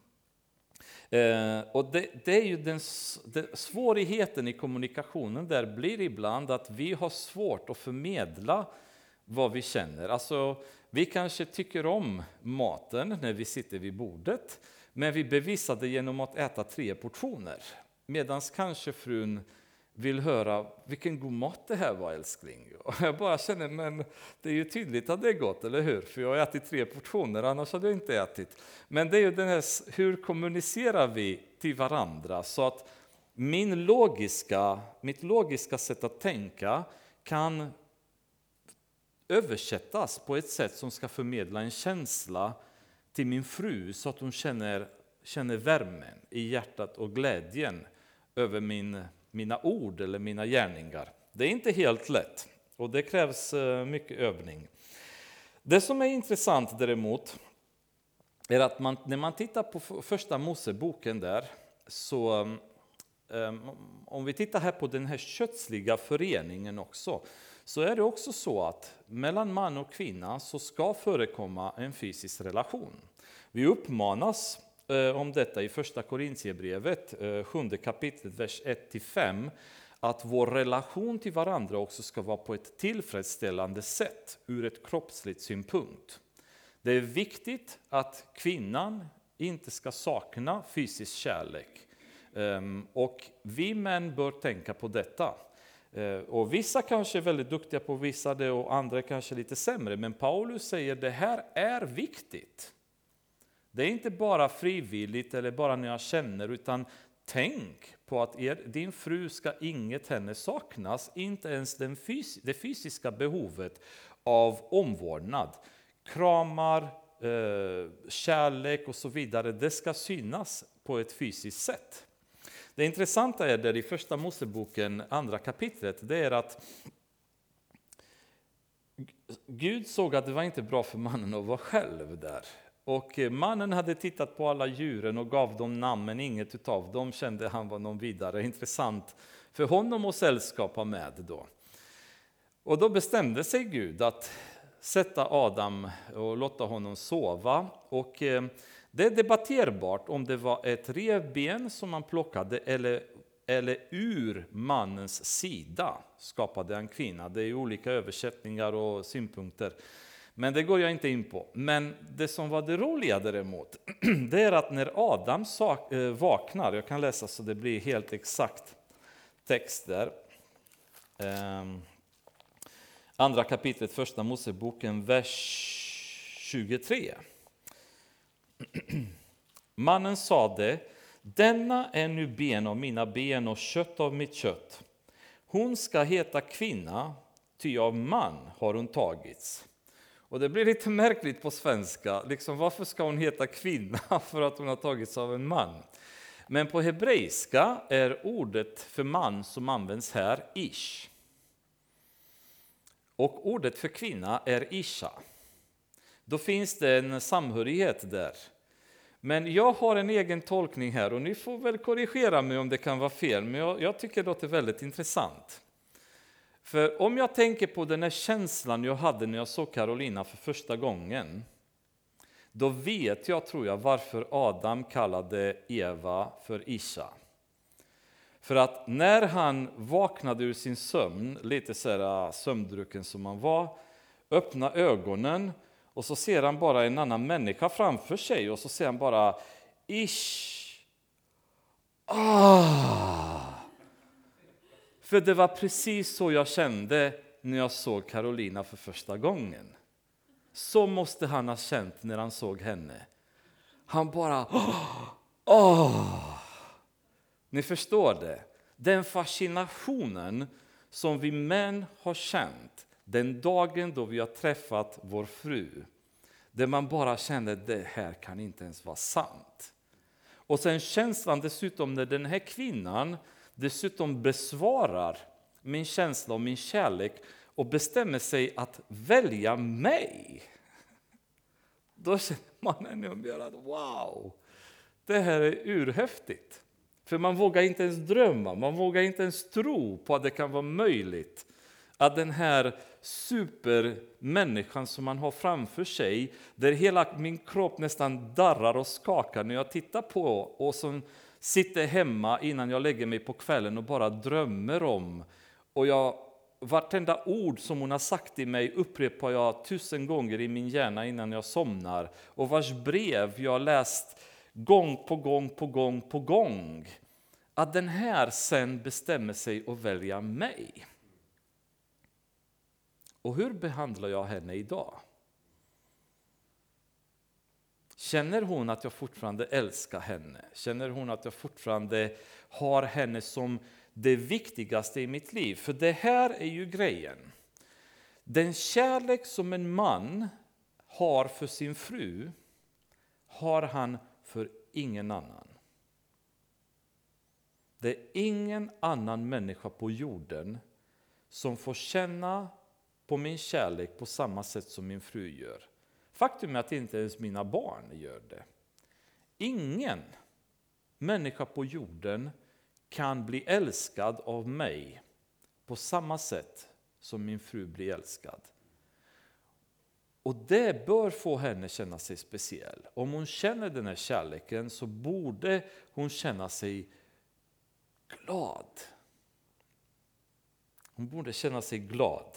Och det är ju den svårigheten i kommunikationen där blir ibland att vi har svårt att förmedla vad vi känner. Alltså vi kanske tycker om maten när vi sitter vid bordet, men vi bevisar det genom att äta 3 portioner. Medan kanske frun vill höra vilken god mat det här var, älskling. Och jag bara känner, men det är ju tydligt att det är gott, eller hur? För jag har ätit 3 portioner, annars hade jag inte ätit. Men det är ju den här, hur kommunicerar vi till varandra så att mitt logiska sätt att tänka kan översättas på ett sätt som ska förmedla en känsla till min fru så att hon känner värmen i hjärtat och glädjen över mina ord eller mina gärningar. Det är inte helt lätt och det krävs mycket övning. Det som är intressant däremot är att när man tittar på första Moseboken där, så om vi tittar här på den här kötsliga föreningen också, så är det också så att mellan man och kvinna så ska förekomma en fysisk relation. Vi uppmanas om detta i första Korintierbrevet, 7 kapitlet, vers 1-5, att vår relation till varandra också ska vara på ett tillfredsställande sätt ur ett kroppsligt synpunkt. Det är viktigt att kvinnan inte ska sakna fysisk kärlek. Och vi män bör tänka på detta. Och vissa kanske är väldigt duktiga på vissa det och andra kanske lite sämre. Men Paulus säger att det här är viktigt. Det är inte bara frivilligt eller bara när jag känner, utan tänk på att din fru ska inget henne saknas, inte ens det fysiska behovet av omvårdnad. Kramar, kärlek och så vidare, det ska synas på ett fysiskt sätt. Det intressanta är där i första Moseboken, 2 kapitlet, det är att Gud såg att det var inte bra för mannen att vara själv där. Och mannen hade tittat på alla djuren och gav dem namn, men inget utav dem kände han var någon vidare intressant för honom att sällskapa med då. Och då bestämde sig Gud att sätta Adam och låta honom sova. Och det är debatterbart om det var ett revben som man plockade eller eller ur mannens sida skapade han kvinna. Det är olika översättningar och synpunkter. Men det går jag inte in på. Men det som var det roliga däremot, det är att när Adam vaknar, jag kan läsa så det blir helt exakt text där. Andra kapitlet, första Moseboken, vers 23. Mannen sade, denna är nu ben av mina ben och kött av mitt kött. Hon ska heta kvinna, ty av man har hon tagits. Och det blir lite märkligt på svenska. Liksom, varför ska hon heta kvinna? För att hon har tagits av en man. Men på hebreiska är ordet för man som används här ish. Och ordet för kvinna är isha. Då finns det en samhörighet där. Men jag har en egen tolkning här och ni får väl korrigera mig om det kan vara fel. Men jag tycker det låter väldigt intressant. För om jag tänker på den här känslan jag hade när jag såg Carolina för första gången. Då vet jag, tror jag, varför Adam kallade Eva för Isha. För att när han vaknade ur sin sömn, lite så här sömndrucken som han var, öppna ögonen och så ser han bara en annan människa framför sig och så ser han bara Ish. För det var precis så jag kände när jag såg Carolina för första gången. Så måste han ha känt när han såg henne. Han bara Ni förstår det. Den fascinationen som vi män har känt den dagen då vi har träffat vår fru. Där man bara kände det här kan inte ens vara sant. Och sen känslan dessutom när den här kvinnan dessutom besvarar min känsla och min kärlek och bestämmer sig att välja mig. Då känner man ännu att wow, det här är urhäftigt. För man vågar inte ens drömma, man vågar inte ens tro på att det kan vara möjligt. Att den här supermänniskan som man har framför sig, där hela min kropp nästan darrar och skakar när jag tittar på och som sitter hemma innan jag lägger mig på kvällen och bara drömmer om. Och vartenda ord som hon har sagt till mig upprepar jag 1000 gånger i min hjärna innan jag somnar. Och vars brev jag har läst gång på gång på gång på gång. Att den här sen bestämmer sig att välja mig. Och hur behandlar jag henne idag? Känner hon att jag fortfarande älskar henne? Känner hon att jag fortfarande har henne som det viktigaste i mitt liv? För det här är ju grejen. Den kärlek som en man har för sin fru har han för ingen annan. Det är ingen annan människa på jorden som får känna på min kärlek på samma sätt som min fru gör. Faktum är att inte ens mina barn gör det. Ingen människa på jorden kan bli älskad av mig på samma sätt som min fru blir älskad. Och det bör få henne känna sig speciell. Om hon känner den här kärleken så borde hon känna sig glad. Hon borde känna sig glad.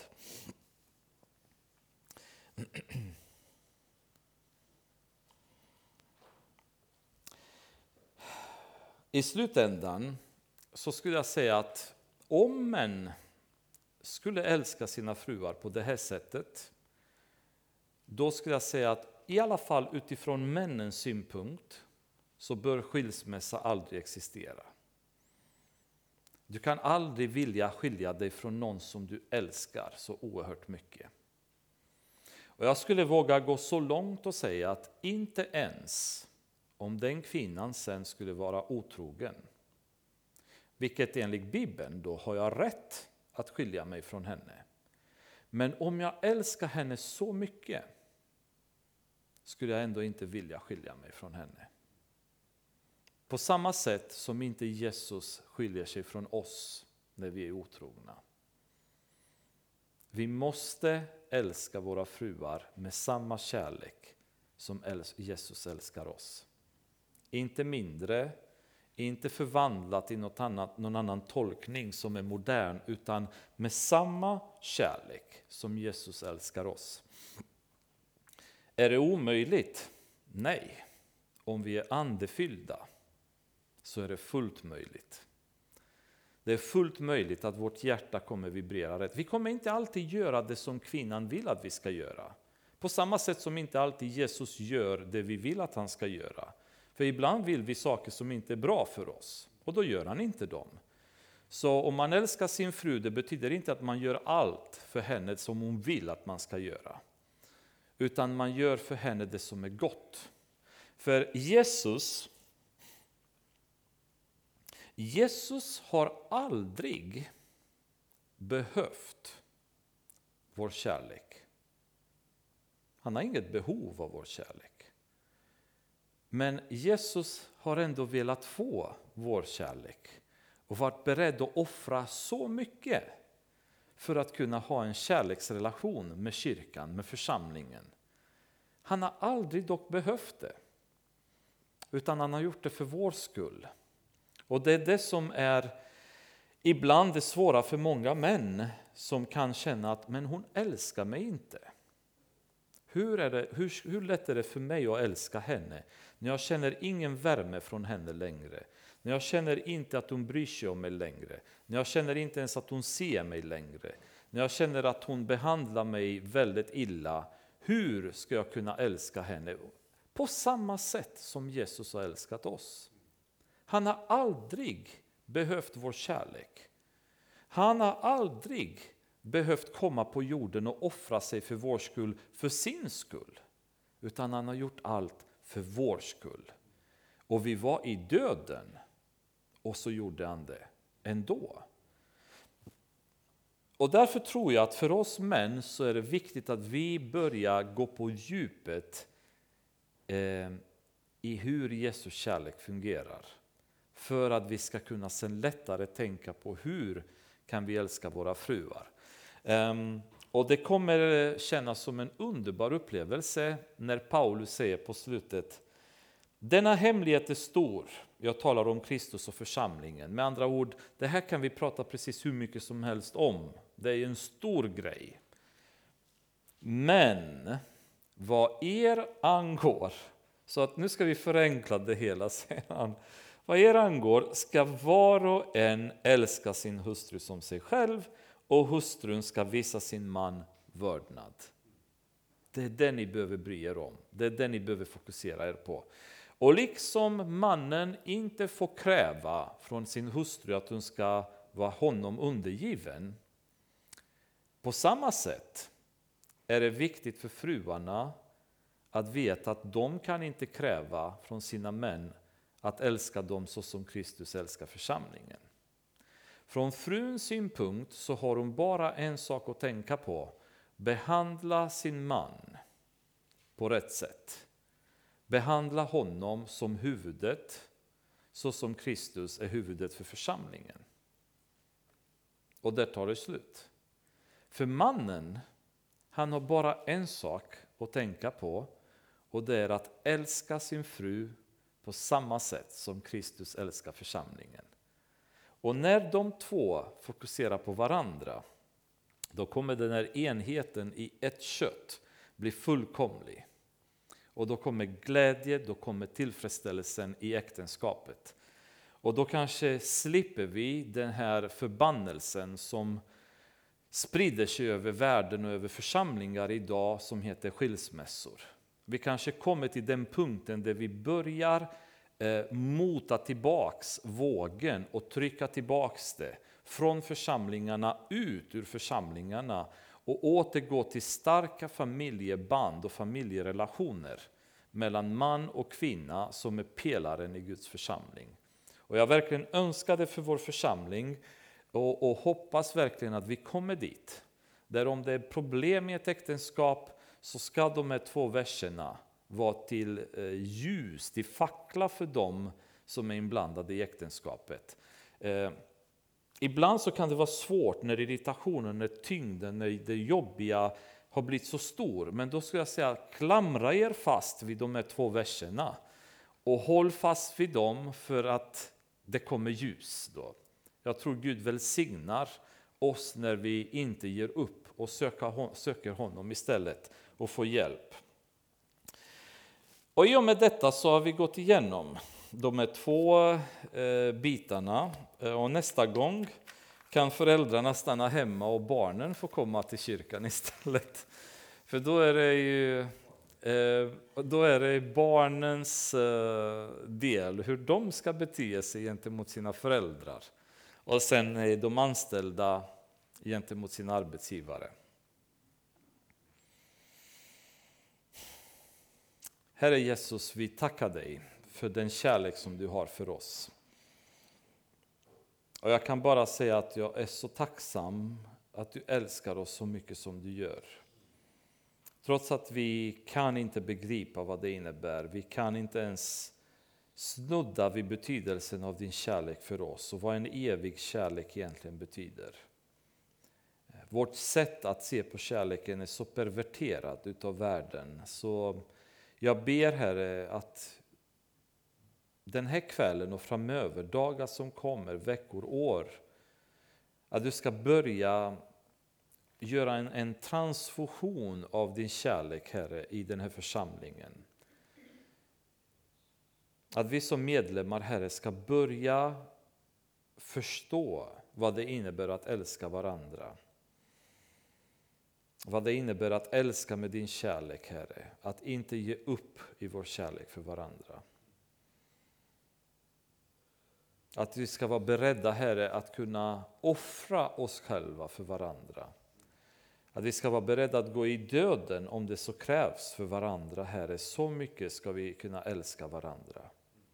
I slutändan så skulle jag säga att om män skulle älska sina fruar på det här sättet, då skulle jag säga att i alla fall utifrån männens synpunkt så bör skilsmässa aldrig existera. Du kan aldrig vilja skilja dig från någon som du älskar så oerhört mycket. Och jag skulle våga gå så långt och säga att inte ens om den kvinnan sen skulle vara otrogen, vilket enligt Bibeln då har jag rätt att skilja mig från henne. Men om jag älskar henne så mycket skulle jag ändå inte vilja skilja mig från henne. På samma sätt som inte Jesus skiljer sig från oss när vi är otrogna. Vi måste älska våra fruar med samma kärlek som Jesus älskar oss. Inte mindre, inte förvandlat i någon annan tolkning som är modern, utan med samma kärlek som Jesus älskar oss. Är det omöjligt? Nej. Om vi är andefyllda så är det fullt möjligt. Det är fullt möjligt att vårt hjärta kommer vibrera rätt. Vi kommer inte alltid göra det som kvinnan vill att vi ska göra. På samma sätt som inte alltid Jesus gör det vi vill att han ska göra. För ibland vill vi saker som inte är bra för oss. Och då gör han inte dem. Så om man älskar sin fru, det betyder inte att man gör allt för henne som hon vill att man ska göra. Utan man gör för henne det som är gott. För Jesus har aldrig behövt vår kärlek. Han har inget behov av vår kärlek. Men Jesus har ändå velat få vår kärlek och varit beredd att offra så mycket för att kunna ha en kärleksrelation med kyrkan, med församlingen. Han har aldrig dock behövt det, utan han har gjort det för vår skull. Och det är det som är ibland det svåra för många män som kan känna att men hon älskar mig inte. Hur lätt är det för mig att älska henne när jag känner ingen värme från henne längre? När jag känner inte att hon bryr sig om mig längre? När jag känner inte ens att hon ser mig längre? När jag känner att hon behandlar mig väldigt illa? Hur ska jag kunna älska henne? På samma sätt som Jesus har älskat oss. Han har aldrig behövt vår kärlek. Han har aldrig behövt komma på jorden och offra sig för vår skull, för sin skull. Utan han har gjort allt för vår skull. Och vi var i döden. Och så gjorde han det ändå. Och därför tror jag att för oss män så är det viktigt att vi börjar gå på djupet i hur Jesus kärlek fungerar. För att vi ska kunna sen lättare tänka på hur kan vi älska våra fruar. Och det kommer kännas som en underbar upplevelse när Paulus säger på slutet: denna hemlighet är stor. Jag talar om Kristus och församlingen. Med andra ord, det här kan vi prata precis hur mycket som helst om. Det är en stor grej. Men vad er angår, så att nu ska vi förenkla det hela, säger han. Vad er angår ska var och en älska sin hustru som sig själv, och hustrun ska visa sin man vördnad. Det är det ni behöver bry er om. Det är det ni behöver fokusera er på. Och liksom mannen inte får kräva från sin hustru att hon ska vara honom undergiven, på samma sätt är det viktigt för fruarna att veta att de kan inte kräva från sina män att älska dem så som Kristus älskar församlingen. Från fruns synpunkt så har hon bara en sak att tänka på: behandla sin man på rätt sätt. Behandla honom som huvudet, så som Kristus är huvudet för församlingen. Och där tar det slut. För mannen, han har bara en sak att tänka på, och det är att älska sin fru på samma sätt som Kristus älskar församlingen. Och när de två fokuserar på varandra, då kommer den här enheten i ett kött bli fullkomlig. Och då kommer glädje, då kommer tillfredsställelsen i äktenskapet. Och då kanske slipper vi den här förbannelsen som sprider sig över världen och över församlingar idag, som heter skilsmässor. Vi kanske kommer till den punkten där vi börjar mota tillbaks vågen och trycka tillbaks det från församlingarna ut ur församlingarna och återgå till starka familjeband och familjerelationer mellan man och kvinna som är pelaren i Guds församling. Och jag verkligen önskar det för vår församling och hoppas verkligen att vi kommer dit. Där om det är problem i ett äktenskap så ska de här 2 verserna vara till ljus, till fackla för dem som är inblandade i äktenskapet. Ibland så kan det vara svårt när irritationen, när tyngden, när det jobbiga har blivit så stor. Men då skulle jag säga, klamra er fast vid de här 2 verserna. Och håll fast vid dem, för att det kommer ljus då. Jag tror Gud välsignar oss när vi inte ger upp och söker honom istället och får hjälp. Och i och med detta så har vi gått igenom de här 2 bitarna. Och nästa gång kan föräldrarna stanna hemma och barnen får komma till kyrkan istället. För då är det barnens del, hur de ska bete sig gentemot sina föräldrar. Och sen är de anställda gentemot sina arbetsgivare. Herre Jesus, vi tackar dig för den kärlek som du har för oss. Och jag kan bara säga att jag är så tacksam att du älskar oss så mycket som du gör. Trots att vi kan inte begripa vad det innebär. Vi kan inte ens snudda vid betydelsen av din kärlek för oss och vad en evig kärlek egentligen betyder. Vårt sätt att se på kärleken är så perverterat utav världen. Så jag ber, Herre, att den här kvällen och framöver, dagar som kommer, veckor, år, att du ska börja göra en transfusion av din kärlek, Herre, i den här församlingen. Att vi som medlemmar, Herre, ska börja förstå vad det innebär att älska varandra. Vad det innebär att älska med din kärlek, Herre. Att inte ge upp i vår kärlek för varandra. Att vi ska vara beredda, Herre, att kunna offra oss själva för varandra. Att vi ska vara beredda att gå i döden om det så krävs för varandra, Herre. Så mycket ska vi kunna älska varandra.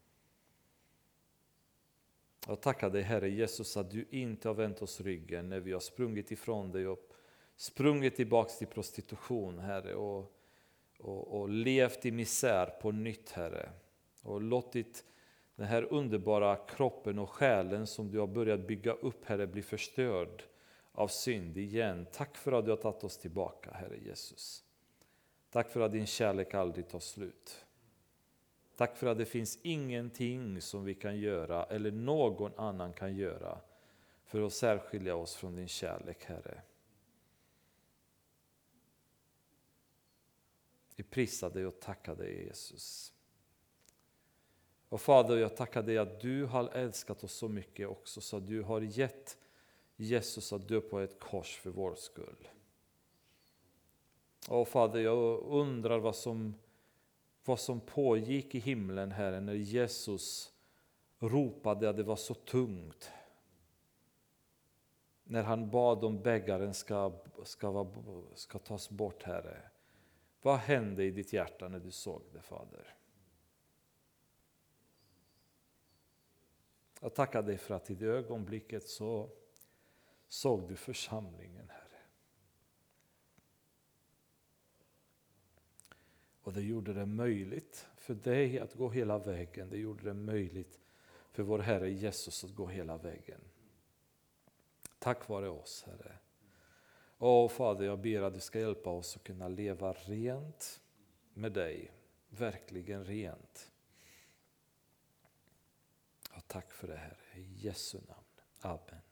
Jag tackar dig, Herre Jesus, att du inte har vänt oss ryggen när vi har sprungit ifrån dig och sprungit tillbaka till prostitution, Herre, och levt i misär på nytt, Herre. Och låtit den här underbara kroppen och själen som du har börjat bygga upp, Herre, bli förstörd av synd igen. Tack för att du har tagit oss tillbaka, Herre Jesus. Tack för att din kärlek aldrig tar slut. Tack för att det finns ingenting som vi kan göra eller någon annan kan göra för att särskilja oss från din kärlek, Herre. Vi prisar dig och tackar dig, Jesus. Och Fader, jag tackar dig att du har älskat oss så mycket också, så att du har gett Jesus att dö på ett kors för vår skull. Och Fader, jag undrar vad som pågick i himlen, Herre, när Jesus ropade att det var så tungt. När han bad om bägaren ska tas bort, Herre. Vad hände i ditt hjärta när du såg det, Fader? Jag tackar dig för att i det ögonblicket så såg du församlingen, Herre. Och det gjorde det möjligt för dig att gå hela vägen. Det gjorde det möjligt för vår Herre Jesus att gå hela vägen. Tack vare oss, Herre. Och Fader, jag ber att du ska hjälpa oss att kunna leva rent med dig. Verkligen rent. Och tack för det, Herre. I Jesu namn. Amen.